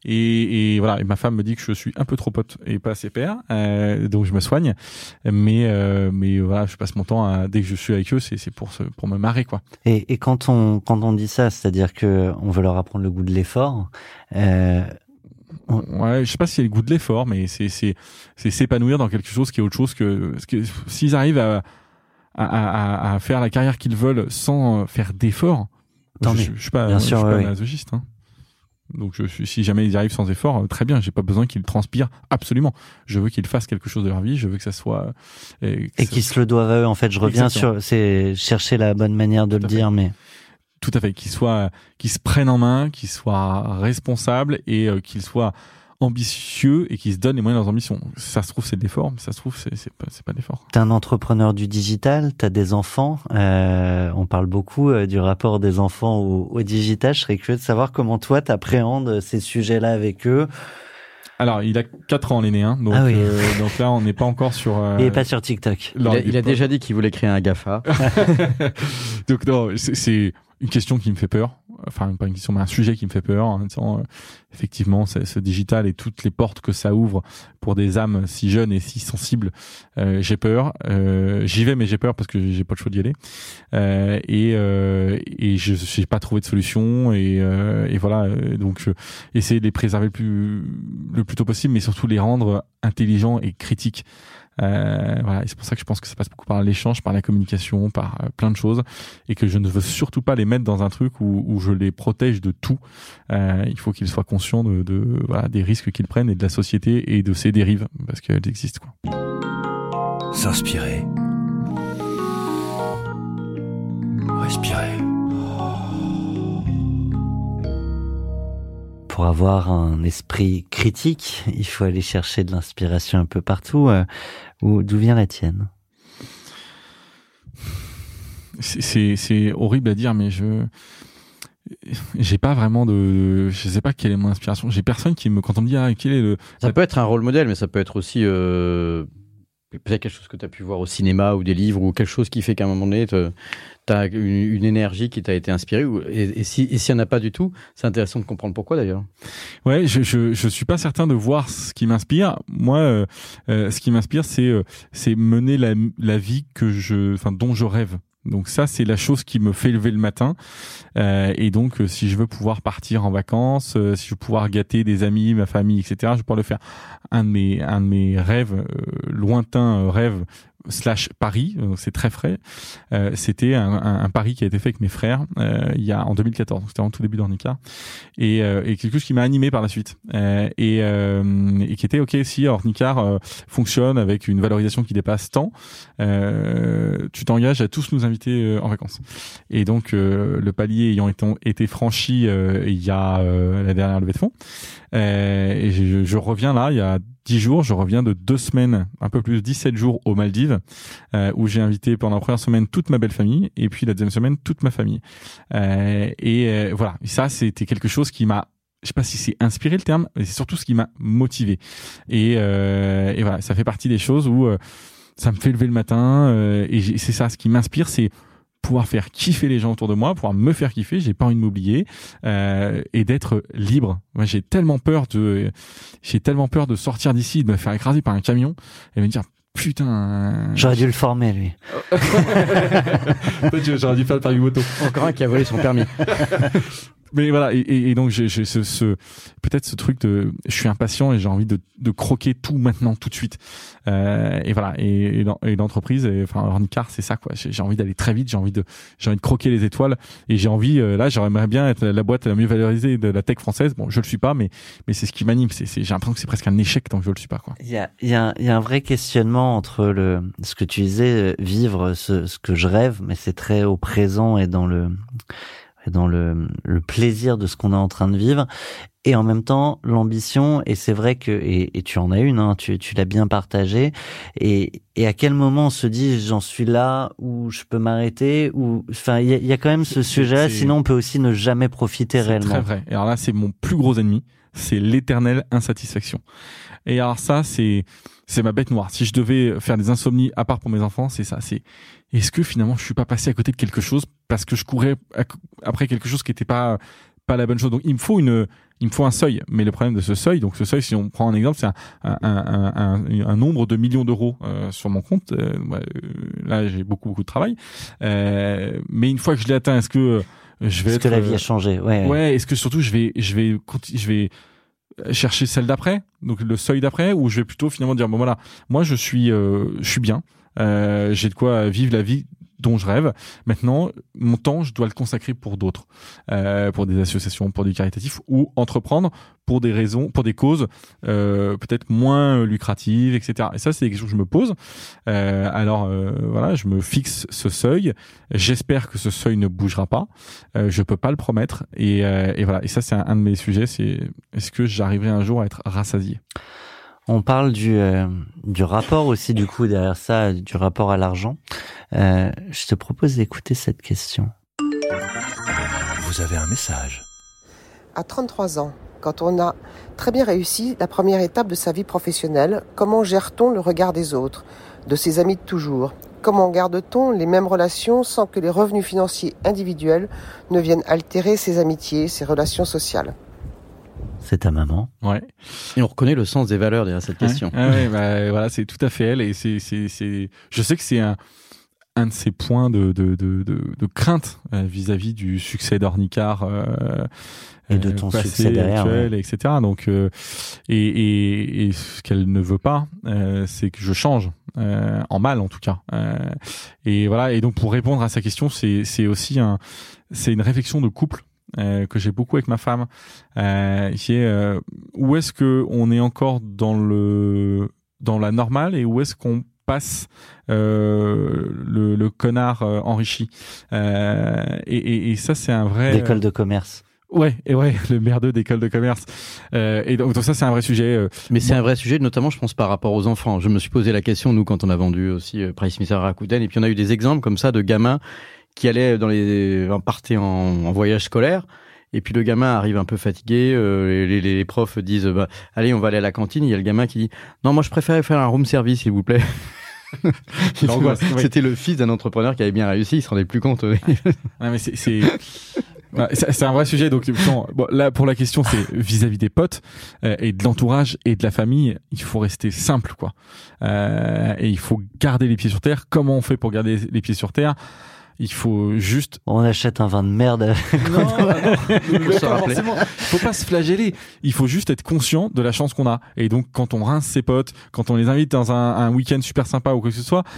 Et, et voilà, et ma femme me dit que je suis un peu trop pote et pas assez père, euh, donc je me soigne, mais euh, mais voilà, je passe mon temps à, dès que je suis avec eux, c'est c'est pour se, pour me marrer quoi. Et et quand on quand on dit ça, c'est-à-dire que on veut leur apprendre le goût de l'effort. Euh... Ouais, je sais pas si c'est le goût de l'effort, mais c'est c'est c'est s'épanouir dans quelque chose qui est autre chose que, parce que s'ils arrivent à À, à, à faire la carrière qu'ils veulent sans faire d'efforts. Je, je, je suis pas, bien je sûr, suis pas oui. masochiste. Hein. Donc, je, si jamais ils y arrivent sans effort, très bien. J'ai pas besoin qu'ils transpirent absolument. Je veux qu'ils fassent quelque chose de leur vie. Je veux que ça soit et, que et ça... qu'ils se le doivent à eux. En fait, je reviens Exactement. sur, c'est chercher la bonne manière de Tout le dire, mais tout à fait. Qu'ils soient, qu'ils se prennent en main, qu'ils soient responsables et euh, qu'ils soient ambitieux et qui se donnent les moyens de leurs ambitions. Ça se trouve c'est de l'effort, mais ça se trouve c'est c'est pas c'est pas de l'effort. T'es un entrepreneur du digital, t'as des enfants. Euh, on parle beaucoup euh, du rapport des enfants au, au digital. Je serais curieux de savoir comment toi t'appréhendes ces sujets-là avec eux. Alors, il a quatre ans l'aîné, hein, donc ah oui. euh, donc là on n'est pas encore sur. Euh, il est pas sur TikTok. Il a, il a déjà dit qu'il voulait créer un GAFA. Donc non, c'est, c'est une question qui me fait peur. Enfin, pas une question, mais un sujet qui me fait peur. En disant, euh, effectivement, ce digital et toutes les portes que ça ouvre pour des âmes si jeunes et si sensibles, euh, j'ai peur. Euh, j'y vais, mais j'ai peur parce que j'ai pas le choix d'y aller. Euh, et euh, et je j'ai pas trouvé de solution. Et, euh, et voilà. Donc, je, essayer de les préserver le plus le plus tôt possible, mais surtout les rendre intelligents et critiques. Euh, voilà, et c'est pour ça que je pense que ça passe beaucoup par l'échange, par la communication, par euh, plein de choses, et que je ne veux surtout pas les mettre dans un truc où, où je les protège de tout. Euh, il faut qu'ils soient conscients de, de voilà, des risques qu'ils prennent et de la société et de ses dérives, parce qu'elles existent, quoi. S'inspirer. Respirer. Pour avoir un esprit critique, il faut aller chercher de l'inspiration un peu partout. Euh, où, d'où vient la tienne ? c'est, c'est, c'est horrible à dire, mais je j'ai pas vraiment de, je sais pas quelle est mon inspiration. J'ai personne qui me, quand on me dit ah quel est le, ça peut être un rôle modèle, mais ça peut être aussi euh, peut-être quelque chose que tu as pu voir au cinéma ou des livres ou quelque chose qui fait qu'à un moment donné, tu as une, une énergie qui t'a été inspirée. Et, et si et s'il n'y en a pas du tout, c'est intéressant de comprendre pourquoi d'ailleurs. Ouais, je, je, je suis pas certain de voir ce qui m'inspire. Moi, euh, euh, ce qui m'inspire, c'est, euh, c'est mener la, la vie que je, enfin, dont je rêve. Donc ça, c'est la chose qui me fait lever le matin. Euh, et donc, euh, si je veux pouvoir partir en vacances, euh, si je veux pouvoir gâter des amis, ma famille, et cetera, je peux pouvoir le faire. Un de mes, un de mes rêves, euh, lointains euh, rêves, slash Paris, donc c'est très frais. Euh, c'était un, un, un pari qui a été fait avec mes frères euh, il y a en deux mille quatorze, donc c'était en tout début d'Ornica, et, euh, et quelque chose qui m'a animé par la suite euh, et, euh, et qui était ok si Ornicar euh, fonctionne avec une valorisation qui dépasse tant, euh, tu t'engages à tous nous inviter euh, en vacances. Et donc euh, le palier ayant été, été franchi euh, il y a euh, la dernière levée de fonds, euh, et je, je reviens là il y a dix jours, je reviens de deux semaines, un peu plus dix-sept jours aux Maldives, euh, où j'ai invité pendant la première semaine toute ma belle famille, et puis la deuxième semaine toute ma famille. Euh, et euh, voilà, et ça c'était quelque chose qui m'a, je sais pas si c'est inspiré le terme, mais c'est surtout ce qui m'a motivé. Et, euh, et voilà, ça fait partie des choses où euh, ça me fait lever le matin, euh, et c'est ça, ce qui m'inspire, c'est pouvoir faire kiffer les gens autour de moi, pouvoir me faire kiffer, j'ai pas envie de m'oublier, euh, et d'être libre. Moi, j'ai tellement peur de, j'ai tellement peur de sortir d'ici, de me faire écraser par un camion et me dire putain. J'aurais dû le former, lui. J'aurais dû faire le permis moto. Encore un qui a volé son permis. Mais voilà, et, et donc j'ai, j'ai ce, ce peut-être ce truc de, je suis impatient et j'ai envie de, de croquer tout maintenant, tout de suite. Euh, et voilà, et, et, et l'entreprise, et, enfin Ornicar, c'est ça quoi. J'ai, j'ai envie d'aller très vite, j'ai envie de, j'ai envie de croquer les étoiles, et j'ai envie, euh, là, j'aimerais bien être la boîte la mieux valorisée de la tech française. Bon, je le suis pas, mais mais c'est ce qui m'anime. C'est, c'est j'ai l'impression que c'est presque un échec tant que je le suis pas quoi. Il y a, il y a, il y a un vrai questionnement entre le, ce que tu disais, vivre ce, ce que je rêve, mais c'est très au présent et dans le dans le, le plaisir de ce qu'on est en train de vivre, et en même temps l'ambition. Et c'est vrai que et, et tu en as une, hein, tu, tu l'as bien partagé. Et, et à quel moment on se dit j'en suis là où je peux m'arrêter, ou enfin il y a, y a quand même ce sujet-là. Sinon on peut aussi ne jamais profiter c'est réellement. Très vrai. Et alors là c'est mon plus gros ennemi, c'est l'éternelle insatisfaction. Et alors ça c'est c'est ma bête noire. Si je devais faire des insomnies à part pour mes enfants, c'est ça. C'est est-ce que finalement je suis pas passé à côté de quelque chose parce que je courais après quelque chose qui était pas pas la bonne chose. Donc il me faut une il me faut un seuil. Mais le problème de ce seuil, donc ce seuil, si on prend un exemple, c'est un un un, un, un nombre de millions d'euros euh, sur mon compte. Euh, là j'ai beaucoup beaucoup de travail. Euh, mais une fois que je l'ai atteint, est-ce que je vais est-ce être, que la vie a changé? Ouais. Ouais. Est-ce que surtout je vais je vais je vais chercher celle d'après, donc le seuil d'après, ou je vais plutôt finalement dire bon voilà, moi je suis euh, je suis bien, euh, j'ai de quoi vivre la vie dont je rêve. Maintenant, mon temps, je dois le consacrer pour d'autres, euh, pour des associations, pour du caritatif, ou entreprendre pour des raisons, pour des causes euh, peut-être moins lucratives, et cetera. Et ça, c'est des questions que je me pose. Euh, alors euh, voilà, je me fixe ce seuil. J'espère que ce seuil ne bougera pas. Euh, je peux pas le promettre. Et, euh, et voilà. Et ça, c'est un, un de mes sujets. C'est est-ce que j'arriverai un jour à être rassasié? On parle du euh, du rapport aussi, du coup, derrière ça, du rapport à l'argent. Euh, je te propose d'écouter cette question. Vous avez un message. À trente-trois ans, quand on a très bien réussi la première étape de sa vie professionnelle, comment gère-t-on le regard des autres, de ses amis de toujours? Comment garde-t-on les mêmes relations sans que les revenus financiers individuels ne viennent altérer ses amitiés, ses relations sociales? C'est ta maman. Ouais. Et on reconnaît le sens des valeurs derrière cette question. Ouais, ouais, bah, voilà, c'est tout à fait elle. Et c'est, c'est, c'est, je sais que c'est un, un de ces points de, de, de, de, de crainte euh, vis-à-vis du succès d'Ornicar. Euh, et de ton passé, succès derrière. Actuel, ouais. et cetera. Donc, euh, et, et, et ce qu'elle ne veut pas, euh, c'est que je change, euh, en mal en tout cas. Euh, et voilà. Et donc, pour répondre à sa question, c'est, c'est aussi un, c'est une réflexion de couple. Euh, que j'ai beaucoup avec ma femme, euh, qui est euh, où est-ce que on est encore dans le dans la normale et où est-ce qu'on passe euh, le, le connard euh, enrichi, euh, et, et, et ça c'est un vrai d'école de commerce. Ouais, et ouais, le merdeux d'école de commerce. Euh, et donc, donc ça, c'est un vrai sujet. Euh, Mais c'est un vrai sujet, notamment, je pense, par rapport aux enfants. Je me suis posé la question, nous, quand on a vendu aussi euh, Price Smith à Rakuten, et puis on a eu des exemples comme ça de gamins qui allaient dans les, partaient en, en voyage scolaire. Et puis le gamin arrive un peu fatigué, euh, les, les, les profs disent bah, allez on va aller à la cantine, il y a le gamin qui dit non moi je préférais faire un room service s'il vous plaît. L'angoisse, oui. C'était le fils d'un entrepreneur qui avait bien réussi, il se rendait plus compte. Ouais, mais c'est, c'est... Ouais, c'est, c'est un vrai sujet. Donc, bon, là, pour la question, c'est vis-à-vis des potes euh, et de l'entourage et de la famille, il faut rester simple, quoi. Euh, et il faut garder les pieds sur terre. Comment on fait pour garder les pieds sur terre ? Il faut juste... On achète un vin de merde. Non, non, non, pas forcément. Faut pas se flageller. Il faut juste être conscient de la chance qu'on a. Et donc, quand on rince ses potes, quand on les invite dans un, un week-end super sympa ou quoi que ce soit,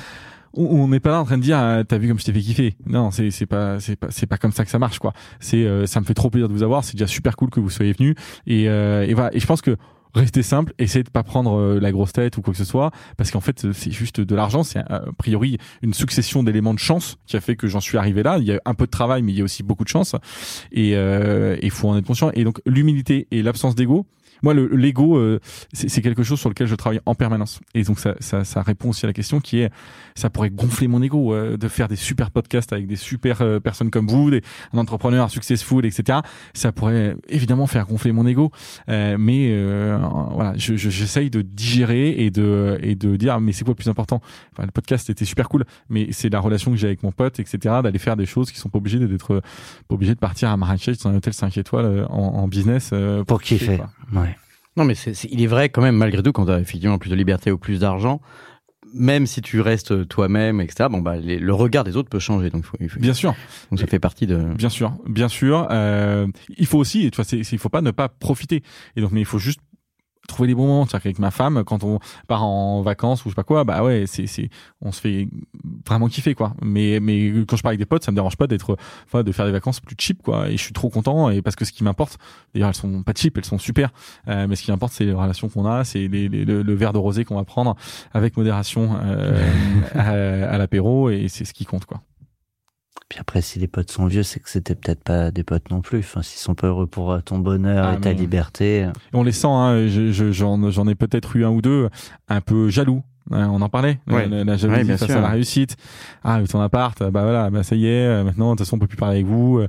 on n'est pas là en train de dire ah, t'as vu comme je t'ai fait kiffer. Non, c'est c'est pas c'est pas c'est pas comme ça que ça marche, quoi. C'est euh, ça me fait trop plaisir de vous avoir. C'est déjà super cool que vous soyez venus. Et euh, et voilà. Et je pense que restez simple, essayez de pas prendre euh, la grosse tête ou quoi que ce soit, parce qu'en fait c'est juste de l'argent, c'est a priori une succession d'éléments de chance qui a fait que j'en suis arrivé là. Il y a un peu de travail, mais il y a aussi beaucoup de chance, et il euh, faut en être conscient. Et donc l'humilité et l'absence d'ego. Moi, le, l'ego, euh, c'est, c'est quelque chose sur lequel je travaille en permanence. Et donc, ça, ça, ça répond aussi à la question qui est, ça pourrait gonfler mon ego euh, de faire des super podcasts avec des super euh, personnes comme vous, des un entrepreneur successful, et cetera. Ça pourrait évidemment faire gonfler mon ego, euh, mais euh, voilà, je, je, j'essaye de digérer et de et de dire, mais c'est quoi le plus important ? Enfin, le podcast était super cool, mais c'est la relation que j'ai avec mon pote, et cetera. D'aller faire des choses qui sont pas obligées d'être, pas obligées de partir à Marrakech dans un hôtel cinq étoiles en, en business euh, pour, pour kiffer. Quoi. Ouais. Non, mais c'est, c'est, il est vrai quand même, malgré tout, quand tu as effectivement plus de liberté ou plus d'argent, même si tu restes toi-même, et cetera, bon, bah, les, le regard des autres peut changer. Donc, il faut, il faut, bien sûr. Donc, ça fait partie de... Bien sûr, bien sûr. Euh, il faut aussi, tu vois, c'est, c'est, il faut pas ne pas profiter. Et donc, mais il faut juste trouver les bons moments. C'est-à-dire qu'avec ma femme, quand on part en vacances ou je sais pas quoi, bah ouais, c'est, c'est, on se fait vraiment kiffer, quoi. Mais, mais quand je pars avec des potes, ça me dérange pas d'être, enfin, de faire des vacances plus cheap, quoi. Et je suis trop content. Et parce que ce qui m'importe, d'ailleurs, elles sont pas cheap, elles sont super. Euh, mais ce qui m'importe, c'est les relations qu'on a, c'est les, les, le, le verre de rosé qu'on va prendre avec modération, euh, à, à l'apéro, et c'est ce qui compte, quoi. Puis après, si les potes sont vieux, c'est que c'était peut-être pas des potes non plus. Enfin, s'ils sont pas heureux pour ton bonheur ah, et ta liberté. On les sent, hein. Je, je, j'en, j'en ai peut-être eu un ou deux un peu jaloux. On en parlait, ouais. la, la jalousie ouais, face sûr. à la réussite. Ah, ton appart, bah voilà, bah ça y est, maintenant de toute façon on peut plus parler avec vous.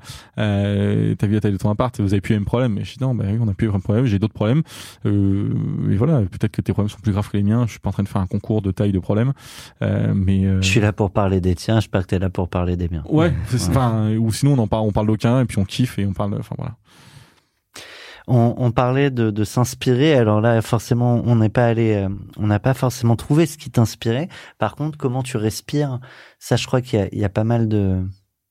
Euh, t'as vu la taille de ton appart, vous avez plus les mêmes problèmes. Mais je dis non, bah oui, on a plus les mêmes problèmes, j'ai d'autres problèmes. Euh, et voilà, peut-être que tes problèmes sont plus graves que les miens. Je suis pas en train de faire un concours de taille de problèmes, euh, mais euh... je suis là pour parler des tiens. J'espère que t'es là pour parler des miens. Ouais, c'est, enfin, ouais. Ou sinon on en parle, on parle d'aucun et puis on kiffe et on parle. Enfin voilà. On, on parlait de, de s'inspirer. Alors là, forcément, on n'est pas allé, euh, on n'a pas forcément trouvé ce qui t'inspirait. Par contre, comment tu respires ? Ça, je crois qu'il y a, il y a pas mal de,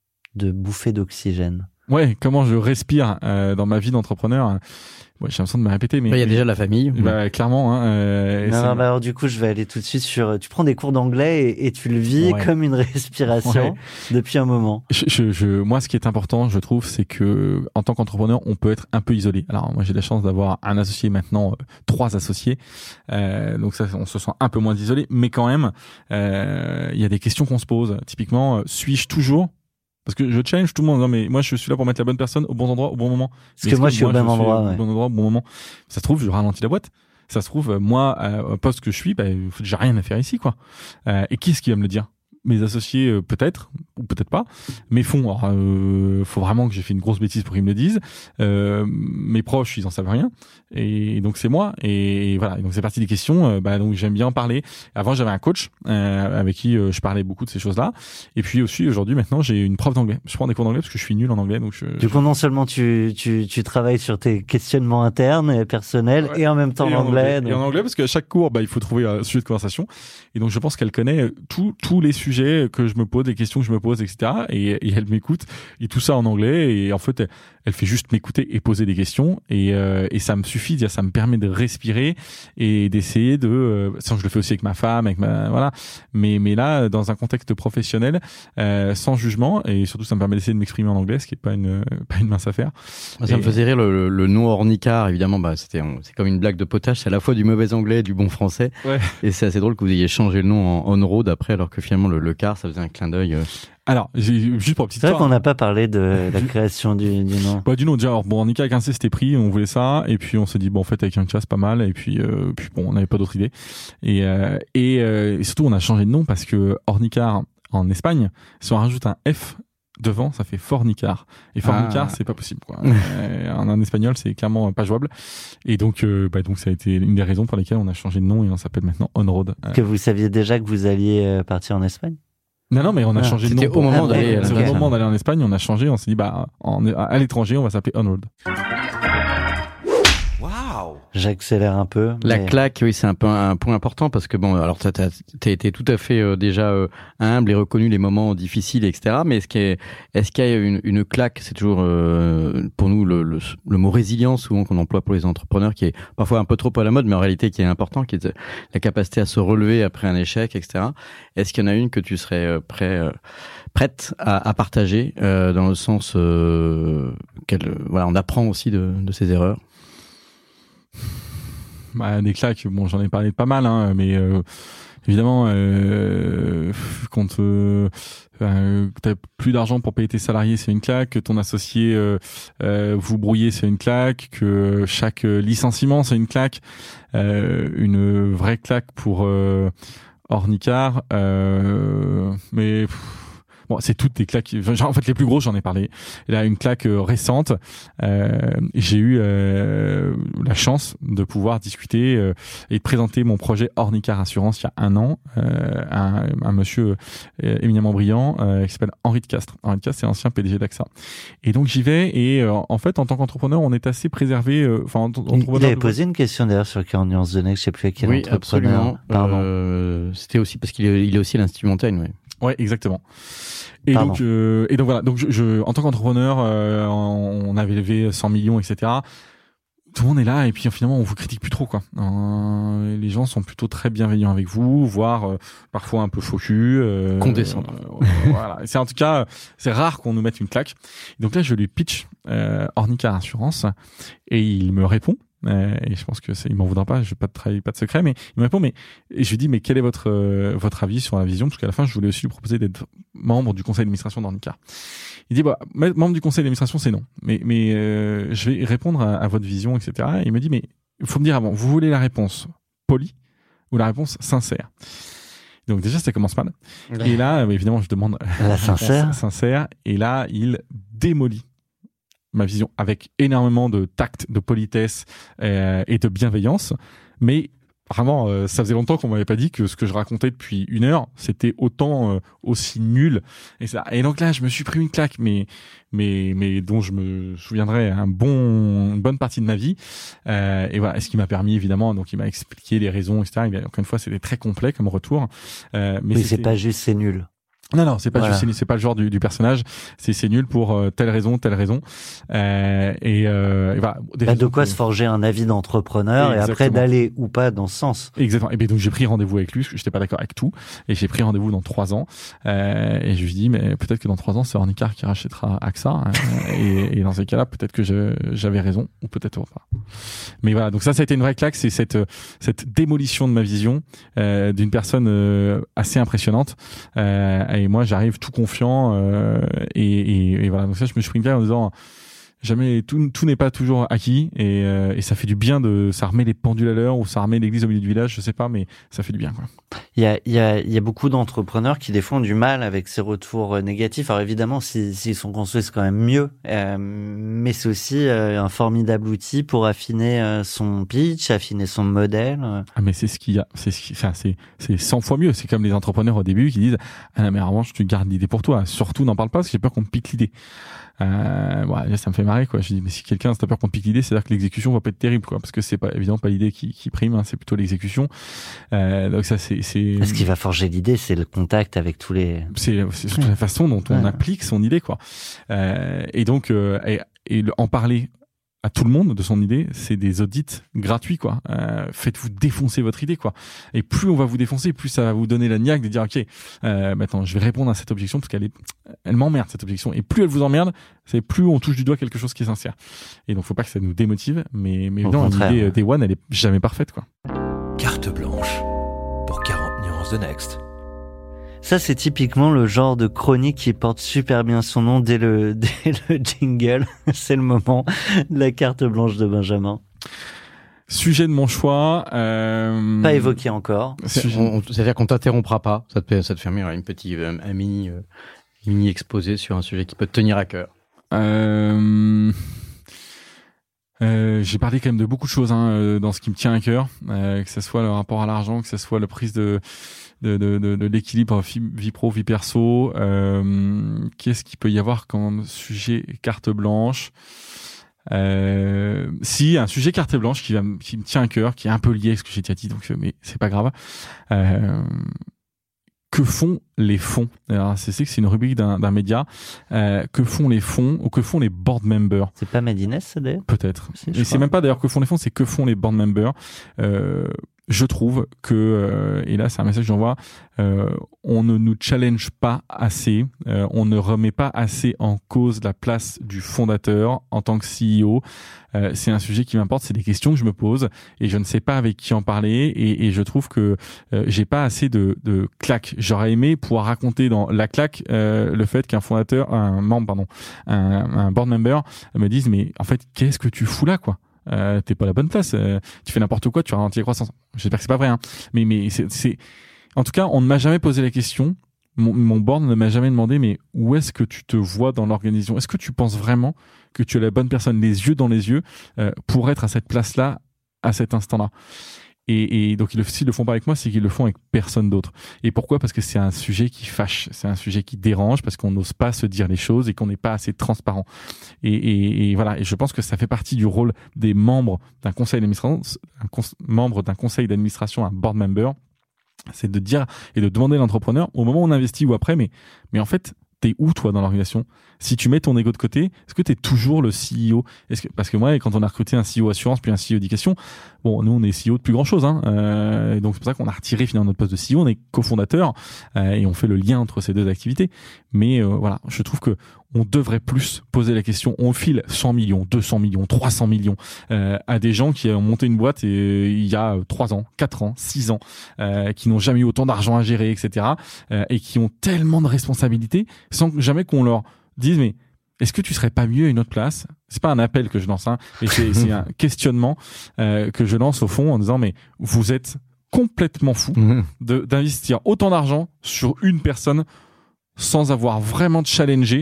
de bouffées d'oxygène. Ouais, comment je respire euh, dans ma vie d'entrepreneur. Ouais, j'ai l'impression de me répéter, mais il y a déjà la famille. Bah ouais. Clairement. Hein, euh, non, non, bah alors du coup, je vais aller tout de suite sur. Tu prends des cours d'anglais et, et tu le vis ouais. comme une respiration ouais. depuis un moment. Je, je, je, moi, ce qui est important, je trouve, c'est que en tant qu'entrepreneur, on peut être un peu isolé. Alors moi, j'ai la chance d'avoir un associé maintenant, euh, trois associés, euh, donc ça, on se sent un peu moins isolé, mais quand même, il euh, y a des questions qu'on se pose. Typiquement, euh, suis-je toujours Parce que je challenge tout le monde. Non, mais moi, je suis là pour mettre la bonne personne au bon endroit, au bon moment. Parce que moi, que je suis au même endroit. Ouais. Au bon endroit, au bon moment. Ça se trouve, je ralentis la boîte. Ça se trouve, moi, au poste que je suis, bah, j'ai rien à faire ici, quoi. Euh, et qui est-ce qui va me le dire ? Mes associés, euh, peut-être, ou peut-être pas. Mes fonds, alors, euh, faut vraiment que j'ai fait une grosse bêtise pour qu'ils me le disent. Euh, mes proches, ils en savent rien. Et donc, c'est moi. Et, et voilà. Et donc, c'est parti des questions. Euh, bah, donc, j'aime bien en parler. Avant, j'avais un coach, euh, avec qui euh, je parlais beaucoup de ces choses-là. Et puis aussi, aujourd'hui, maintenant, j'ai une prof d'anglais. Je prends des cours d'anglais parce que je suis nul en anglais. Donc, je, du coup, non seulement tu, tu, tu travailles sur tes questionnements internes et personnels, ouais. et en même temps et l'anglais. En anglais donc... Et en anglais, parce qu'à chaque cours, bah, il faut trouver un sujet de conversation. Et donc, je pense qu'elle connaît tous, tous les sujets que je me pose, les questions que je me pose, et cetera. Et, et elle m'écoute, et tout ça en anglais. Et en fait, elle, elle fait juste m'écouter et poser des questions. Et, euh, et ça me suffit, ça me permet de respirer et d'essayer de. Euh, ça, je le fais aussi avec ma femme, avec ma voilà. Mais mais là, dans un contexte professionnel, euh, sans jugement, et surtout, ça me permet d'essayer de m'exprimer en anglais, ce qui est pas une pas une mince affaire. Ça et... me faisait rire le, le, le nom Ornicar, évidemment. Bah, c'était c'est comme une blague de potage. C'est à la fois du mauvais anglais et du bon français. Ouais. Et c'est assez drôle que vous ayez changé le nom en on-road après, alors que finalement le, le car, ça faisait un clin d'œil. Euh... Alors, j'ai, juste pour une petite c'est vrai histoire, qu'on n'a pas parlé de la création du, du nom. Bah, du nom, déjà, alors, bon, Ornica avec un C, c'était pris, on voulait ça, et puis on s'est dit, bon, en fait, avec un K, c'est pas mal, et puis, euh, puis bon, on n'avait pas d'autre idée. Et, euh, et, euh, et surtout, on a changé de nom parce que Ornicar, en Espagne, si on rajoute un F devant, ça fait fornicar. Et fornicar, Ah. c'est pas possible, quoi. euh, en, en espagnol, c'est clairement pas jouable. Et donc, euh, bah, donc, ça a été une des raisons pour lesquelles on a changé de nom et on s'appelle maintenant On Road. Euh, Que vous saviez déjà que vous alliez euh, partir en Espagne? Non, non, mais on a Ah, changé de nom. c'était au pour- moment Ah, d'aller à C'est au ok. moment d'aller en Espagne, on a changé, on s'est dit, bah, en- à l'étranger, on va s'appeler On Road. Waouh! J'accélère un peu. La mais- claque, oui, c'est un peu un point important parce que bon, alors t'as t'as t'as été tout à fait euh, déjà euh, humble et reconnu les moments difficiles, et cetera. Mais est-ce qu'il y a, est-ce qu'il y a une, une claque? C'est toujours euh, pour nous le, le, le mot résilience souvent qu'on emploie pour les entrepreneurs, qui est parfois un peu trop à la mode, mais en réalité qui est important, qui est la capacité à se relever après un échec, et cetera. Est-ce qu'il y en a une que tu serais euh, prêt euh, prête à, à partager euh, dans le sens euh, qu'elle, voilà, on apprend aussi de, de ses erreurs? Bah, des claques, bon, j'en ai parlé de pas mal, hein, mais euh, évidemment, euh, quand euh, euh, t'as plus d'argent pour payer tes salariés, c'est une claque. Que ton associé euh, euh, vous brouillez, c'est une claque. Que chaque licenciement, c'est une claque. Euh, une vraie claque pour euh, Ornicar. Euh, mais pff, bon, c'est toutes des claques. Genre, en fait, les plus grosses, j'en ai parlé. Et là, une claque euh, récente. Euh, j'ai eu euh, la chance de pouvoir discuter euh, et de présenter mon projet Ornicar Assurance il y a un an euh, à un, un monsieur euh, éminemment brillant euh, qui s'appelle Henri de Castres. Henri de Castres, c'est l'ancien P D G d'A X A. Et donc, j'y vais et euh, en fait, en tant qu'entrepreneur, on est assez préservé. euh, Enfin, en tant Il, il qu'entrepreneur avait de- posé une question d'ailleurs sur quarante nuances de Next, je sais plus à quel Oui, entrepreneur. absolument. Pardon. Euh, c'était aussi parce qu'il est, il est aussi à l'Institut Montaigne, ouais. Ouais, exactement. Et Pardon. donc, euh, et donc voilà. Donc, je, je en tant qu'entrepreneur, euh, on avait levé cent millions, et cetera. Tout le monde est là et puis finalement on vous critique plus trop, quoi. Euh, les gens sont plutôt très bienveillants avec vous, voire euh, parfois un peu faux cul. Euh, Condescendants. euh, voilà. C'est en tout cas, c'est rare qu'on nous mette une claque. Donc là, je lui pitch euh, Ornicar Assurance et il me répond. Euh, et je pense que c'est, il m'en voudra pas, je vais pas de travail, pas de secret, mais il me répond, mais, et je lui dis, mais quel est votre, euh, votre avis sur la vision? Parce qu'à la fin, je voulais aussi lui proposer d'être membre du conseil d'administration d'Ornicar. Il dit, bah, membre du conseil d'administration, c'est non. Mais, mais, euh, je vais répondre à, à votre vision, et cetera. Et il me dit, mais, il faut me dire avant, vous voulez la réponse polie ou la réponse sincère? Donc déjà, ça commence mal. Et là, euh, évidemment, je demande La réponse sincère. sincère. Et là, il démolit ma vision avec énormément de tact, de politesse euh, et de bienveillance. Mais vraiment, euh, ça faisait longtemps qu'on m'avait pas dit que ce que je racontais depuis une heure, c'était autant euh, aussi nul. Et, ça. Et donc là, je me suis pris une claque, mais mais mais dont je me souviendrai un bon une bonne partie de ma vie. Euh, et voilà, ce qui m'a permis évidemment. Donc il m'a expliqué les raisons, et cetera. Et bien, encore une fois, c'était très complet comme retour. Euh, mais Mais c'est c'était- pas juste, c'est nul. Non, non, c'est pas Voilà. juste, c'est pas le genre du, du personnage. C'est c'est nul pour euh, telle raison, telle raison. Euh, et, euh, et voilà. Des Bah, de raisons quoi que- se forger un avis d'entrepreneur et après Exactement. d'aller ou pas dans ce sens. Exactement. Et bien donc j'ai pris rendez-vous avec lui parce que j'étais pas d'accord avec tout. Et j'ai pris rendez-vous dans trois ans. Euh, et je lui dis mais peut-être que dans trois ans c'est Ornicar qui rachètera A X A. hein. et, et dans ces cas-là peut-être que je, j'avais raison ou peut-être pas. Mais voilà. Donc ça ça a été une vraie claque. C'est cette cette démolition de ma vision euh, d'une personne euh, assez impressionnante. Euh, et moi j'arrive tout confiant euh, et, et, et voilà. Donc ça je me suis pris une claque en disant jamais tout, tout n'est pas toujours acquis et, euh, et ça fait du bien de ça remet les pendules à l'heure ou ça remet l'église au milieu du village, je sais pas, mais ça fait du bien, quoi. Il y a, il y a, il y a beaucoup d'entrepreneurs qui des fois ont du mal avec ces retours euh, négatifs. Alors évidemment, s'ils si, sont construits, c'est quand même mieux. Euh, mais c'est aussi euh, un formidable outil pour affiner euh, son pitch, affiner son modèle. Ah mais c'est ce qu'il y a, c'est ce qui, enfin c'est c'est cent fois mieux. C'est comme les entrepreneurs au début qui disent ah mais en revanche tu gardes l'idée pour toi. Surtout n'en parle pas parce que j'ai peur qu'on me pique l'idée. Euh, ouais, ça me fait marrer, quoi. Je dis mais si quelqu'un a peur qu'on pique l'idée, c'est-à-dire que l'exécution va pas être terrible, quoi, parce que c'est pas évidemment pas l'idée qui, qui prime, hein, c'est plutôt l'exécution. Euh, donc ça c'est c'est. Ce qui va forger l'idée, c'est le contact avec tous les. C'est c'est surtout la façon dont on Ouais. applique son idée, quoi. Euh, et donc euh, et, et le- en parler à tout le monde de son idée, c'est des audits gratuits, quoi. Euh, faites-vous défoncer votre idée, quoi. Et plus on va vous défoncer, plus ça va vous donner la niaque de dire ok, euh, maintenant je vais répondre à cette objection parce qu'elle est, elle m'emmerde cette objection. Et plus elle vous emmerde, c'est plus on touche du doigt quelque chose qui est sincère. Et donc faut pas que ça nous démotive, mais mais Au non, contraire. l'idée euh, Day One, elle est jamais parfaite, quoi. Carte blanche pour quarante nuances de Next. Ça, c'est typiquement le genre de chronique qui porte super bien son nom dès le, dès le jingle. C'est le moment de la carte blanche de Benjamin. Sujet de mon choix. Euh, Pas évoqué encore. C'est- Sujet- on- C'est-à-dire qu'on t'interrompra pas. Ça te, ça te permet une petite, un, un mini, euh, mini-exposé sur un sujet qui peut te tenir à cœur. Euh... Euh, j'ai parlé quand même de beaucoup de choses hein, dans ce qui me tient à cœur, euh, que ce soit le rapport à l'argent, que ce soit la prise de de, de, de, de l'équilibre vie, vie pro, vie perso. Euh, qu'est-ce qu'il peut y avoir comme sujet carte blanche? Euh, si, un sujet carte blanche qui, va, qui me tient à cœur, qui est un peu lié à ce que j'ai déjà dit, donc mais c'est pas grave. Euh, que font les fonds? Alors, c'est c'est que c'est une rubrique d'un, d'un média. Euh, que font les fonds ou que font les board members? C'est pas Made in S, ça d'ailleurs? Peut-être. Si, Et c'est même pas d'ailleurs que font les fonds, c'est que font les board members. Euh, je trouve que, euh, et là c'est un message que j'envoie, euh, on ne nous challenge pas assez, euh, on ne remet pas assez en cause la place du fondateur en tant que C E O. Euh, c'est un sujet qui m'importe, c'est des questions que je me pose et je ne sais pas avec qui en parler et, et je trouve que euh, j'ai pas assez de, de claques. J'aurais aimé pouvoir raconter dans la claque euh, le fait qu'un fondateur, un membre, pardon, un, un board member me dise mais en fait qu'est-ce que tu fous là quoi? Euh, t'es pas à la bonne place, euh, tu fais n'importe quoi, tu ralentis la croissance. J'espère que c'est pas vrai, hein. Mais mais c'est, c'est, en tout cas, on ne m'a jamais posé la question. Mon, mon board ne m'a jamais demandé, mais où est-ce que tu te vois dans l'organisation? Est-ce que tu penses vraiment que tu es la bonne personne, les yeux dans les yeux, euh, pour être à cette place-là, à cet instant-là? Et, et donc, s'ils le font pas avec moi, c'est qu'ils le font avec personne d'autre. Et pourquoi? Parce que c'est un sujet qui fâche, c'est un sujet qui dérange, parce qu'on n'ose pas se dire les choses et qu'on n'est pas assez transparent. Et, et, et voilà. Et je pense que ça fait partie du rôle des membres d'un conseil d'administration, un cons, membre d'un conseil d'administration, un board member, c'est de dire et de demander à l'entrepreneur au moment où on investit ou après, mais mais en fait, t'es où toi dans l'organisation? Si tu mets ton ego de côté, est-ce que t'es toujours le C E O? Est-ce que, parce que moi, quand on a recruté un C E O assurance puis un C E O éducation, bon, nous on est C E O de plus grand chose, hein. Euh, et donc c'est pour ça qu'on a retiré finalement notre poste de C E O. On est cofondateur euh, et on fait le lien entre ces deux activités. Mais euh, voilà, je trouve que on devrait plus poser la question. On file cent millions, deux cents millions, trois cents millions euh, à des gens qui ont monté une boîte et, il y a trois ans, quatre ans, six ans, euh, qui n'ont jamais eu autant d'argent à gérer, et cetera. Euh, et qui ont tellement de responsabilités sans jamais qu'on leur dise mais est-ce que tu serais pas mieux à une autre place? C'est pas un appel que je lance, hein, et c'est, c'est un questionnement euh, que je lance au fond en disant mais vous êtes complètement fou de, d'investir autant d'argent sur une personne sans avoir vraiment challengé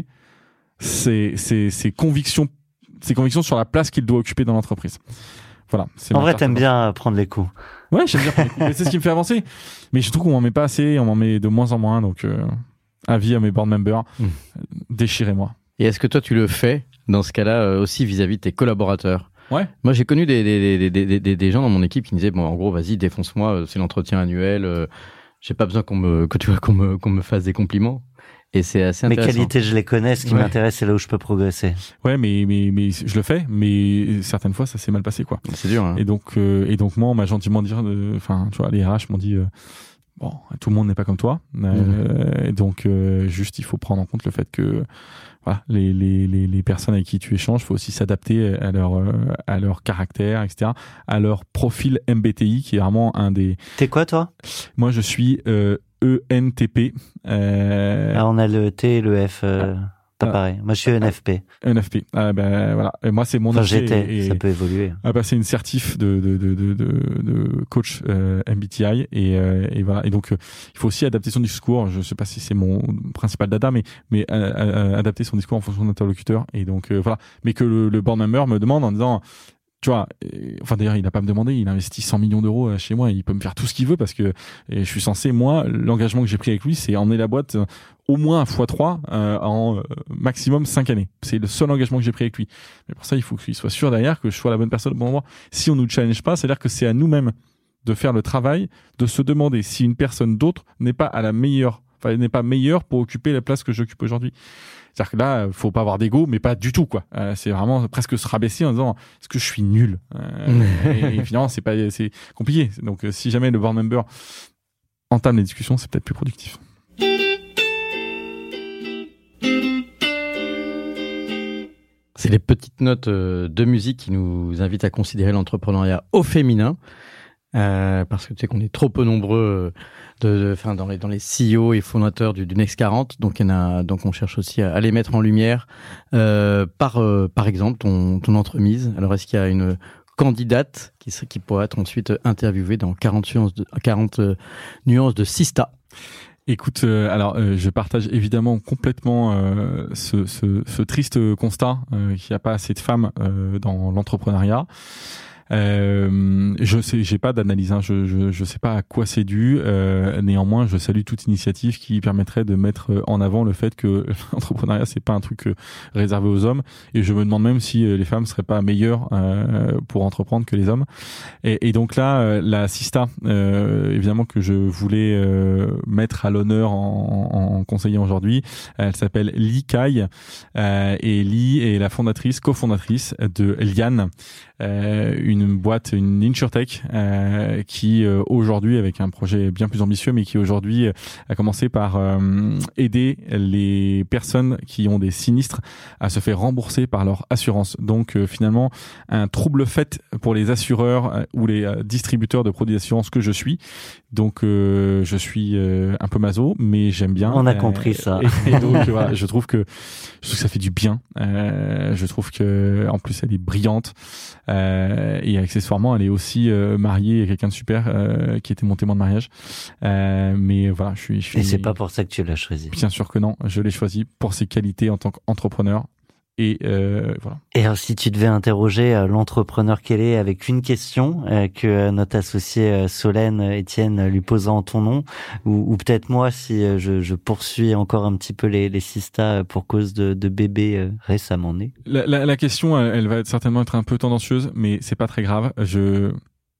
ses, ses, ses convictions, ses convictions sur la place qu'il doit occuper dans l'entreprise. Voilà. C'est en vrai, t'aimes bien prendre les coups. Ouais, j'aime bien prendre les coups. Mais c'est ce qui me fait avancer. Mais je trouve qu'on m'en met pas assez, on m'en met de moins en moins, donc. Euh... Avis à mes board members, mmh. déchirez-moi. Et est-ce que toi tu le fais dans ce cas-là euh, aussi vis-à-vis de tes collaborateurs? Ouais. Moi j'ai connu des, des, des, des, des, des gens dans mon équipe qui me disaient bon en gros vas-y défonce-moi, c'est l'entretien annuel, euh, j'ai pas besoin qu'on me que tu vois qu'on me qu'on me fasse des compliments. Et c'est assez intéressant. Mes qualités je les connais, ce qui ouais. m'intéresse c'est là où je peux progresser. Ouais mais mais mais je le fais, mais certaines fois ça s'est mal passé quoi. C'est dur. Hein. Et donc euh, et donc moi on m'a gentiment dit, enfin tu vois les R H m'ont dit. Euh, Bon, tout le monde n'est pas comme toi, euh, mmh. donc euh, juste il faut prendre en compte le fait que voilà, les les les, les personnes avec qui tu échanges, faut aussi s'adapter à leur euh, à leur caractère, et cetera, à leur profil M B T I qui est vraiment un des. T'es quoi toi? Moi je suis euh, E N T P. Euh... Ah, on a le T et le F. Euh... Pas pareil. Moi, je suis N F P. N F P. Ah, ben, voilà. Et moi, c'est mon enfin, j'étais. Et, ça peut évoluer. Ah, bah, c'est une certif de, de, de, de, de coach, euh, M B T I. Et, euh, et voilà. Et donc, euh, il faut aussi adapter son discours. Je sais pas si c'est mon principal dada, mais, mais, euh, euh, adapter son discours en fonction de l'interlocuteur. Et donc, euh, voilà. Mais que le, le board member me demande en disant, tu vois, et, enfin d'ailleurs il n'a pas à me demander, il investit cent millions d'euros chez moi, il peut me faire tout ce qu'il veut parce que et je suis censé, moi, l'engagement que j'ai pris avec lui, c'est emmener la boîte au moins fois trois euh, en euh, maximum cinq années. C'est le seul engagement que j'ai pris avec lui. Mais pour ça, il faut qu'il soit sûr derrière que je sois la bonne personne au bon endroit. Si on nous challenge pas, c'est-à-dire que c'est à nous-mêmes de faire le travail, de se demander si une personne d'autre n'est pas à la meilleure, enfin n'est pas meilleure pour occuper la place que j'occupe aujourd'hui. C'est-à-dire que là, faut pas avoir d'ego, mais pas du tout, quoi. Euh, c'est vraiment presque se rabaisser en disant, est-ce que je suis nul? euh, et, et finalement, c'est pas, c'est compliqué. Donc, euh, si jamais le board member entame les discussions, c'est peut-être plus productif. C'est les petites notes de musique qui nous invitent à considérer l'entrepreneuriat au féminin. Euh, parce que tu sais qu'on est trop peu nombreux de, de, fin, dans, les, dans les C E O et fondateurs du, du Next quarante, donc, il y en a, donc on cherche aussi à, à les mettre en lumière euh, par, euh, par exemple ton, ton entremise. Alors est-ce qu'il y a une candidate qui, qui pourrait être ensuite interviewée dans quarante nuances de, quarante nuances de Sista? Écoute, euh, alors euh, je partage évidemment complètement euh, ce, ce, ce triste constat euh, qu'il n'y a pas assez de femmes euh, dans l'entrepreneuriat. Euh, je sais, j'ai pas d'analyse, hein, je, je je sais pas à quoi c'est dû. Euh, néanmoins, je salue toute initiative qui permettrait de mettre en avant le fait que l'entrepreneuriat c'est pas un truc réservé aux hommes. Et je me demande même si les femmes seraient pas meilleures euh, pour entreprendre que les hommes. Et, et donc là, la Sista, euh, évidemment que je voulais euh, mettre à l'honneur en, en conseiller aujourd'hui, elle s'appelle Li Kai euh, et Li est la fondatrice, cofondatrice de Lian. Euh, une boîte, une insurtech euh, qui euh, aujourd'hui, avec un projet bien plus ambitieux, mais qui aujourd'hui a commencé par euh, aider les personnes qui ont des sinistres à se faire rembourser par leur assurance. Donc euh, finalement, un trouble fait pour les assureurs euh, ou les euh, distributeurs de produits d'assurance que je suis. Donc euh, je suis euh, un peu maso, mais j'aime bien. On a euh, compris ça. Et, et donc voilà, je trouve que je trouve que ça fait du bien. Euh, je trouve que en plus elle est brillante. Euh, et accessoirement, elle est aussi euh, mariée à quelqu'un de super euh, qui était mon témoin de mariage. Euh, mais voilà, je suis, je suis. Et c'est pas pour ça que tu l'as choisi. Bien sûr que non. Je l'ai choisi pour ses qualités en tant qu'entrepreneur. Et euh, voilà. Et alors, si tu devais interroger euh, l'entrepreneur qu'elle est avec une question euh, que euh, notre associé euh, Solène euh, Étienne lui posera en ton nom, ou, ou peut-être moi si euh, je, je poursuis encore un petit peu les, les Sista pour cause de, de bébés euh, récemment nés. La, la, la question, elle, elle va certainement être un peu tendancieuse, mais c'est pas très grave. Je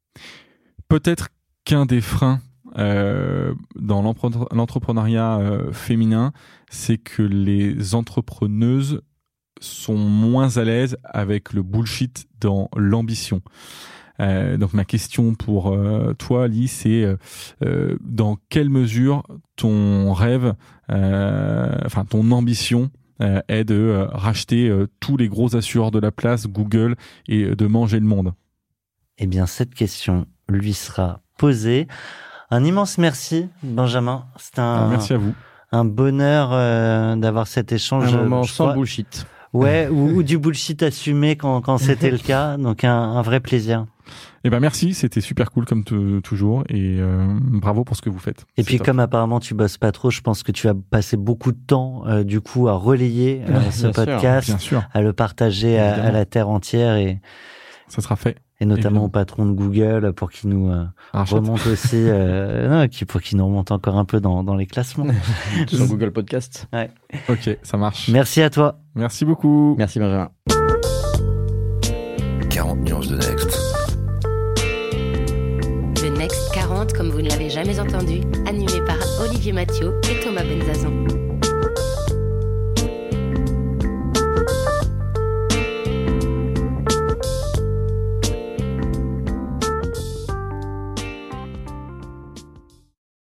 peut-être qu'un des freins euh, dans l'entrepreneuriat euh, féminin, c'est que les entrepreneuses sont moins à l'aise avec le bullshit dans l'ambition. Euh, donc ma question pour euh, toi, Li, c'est euh, dans quelle mesure ton rêve, euh, enfin ton ambition euh, est de euh, racheter euh, tous les gros assureurs de la place, Google, et de manger le monde? Eh bien, cette question lui sera posée. Un immense merci, Benjamin. C'est un, ah, merci à vous. Un bonheur euh, d'avoir cet échange. Un moment sans crois... bullshit. Ouais, ou, ou du bullshit assumé quand, quand c'était le cas. Donc un, un vrai plaisir. Eh ben merci, c'était super cool comme t- toujours et euh, bravo pour ce que vous faites. Et c'est puis top. Comme apparemment tu bosses pas trop, je pense que tu as passé beaucoup de temps euh, du coup à relayer euh, ce bien podcast, Bien sûr. à le partager à, à la terre entière et ça sera fait. Et notamment Évidemment. au patron de Google pour qu'il nous euh, remonte aussi, euh, non, qui, pour qu'il nous remonte encore un peu dans, dans les classements. Sur Google Podcast. Ouais. Ok, ça marche. Merci à toi. Merci beaucoup. Merci Benjamin. quarante nuances de Next. Le Next quarante, comme vous ne l'avez jamais entendu, animé par Olivier Mathieu et Thomas Benzazon.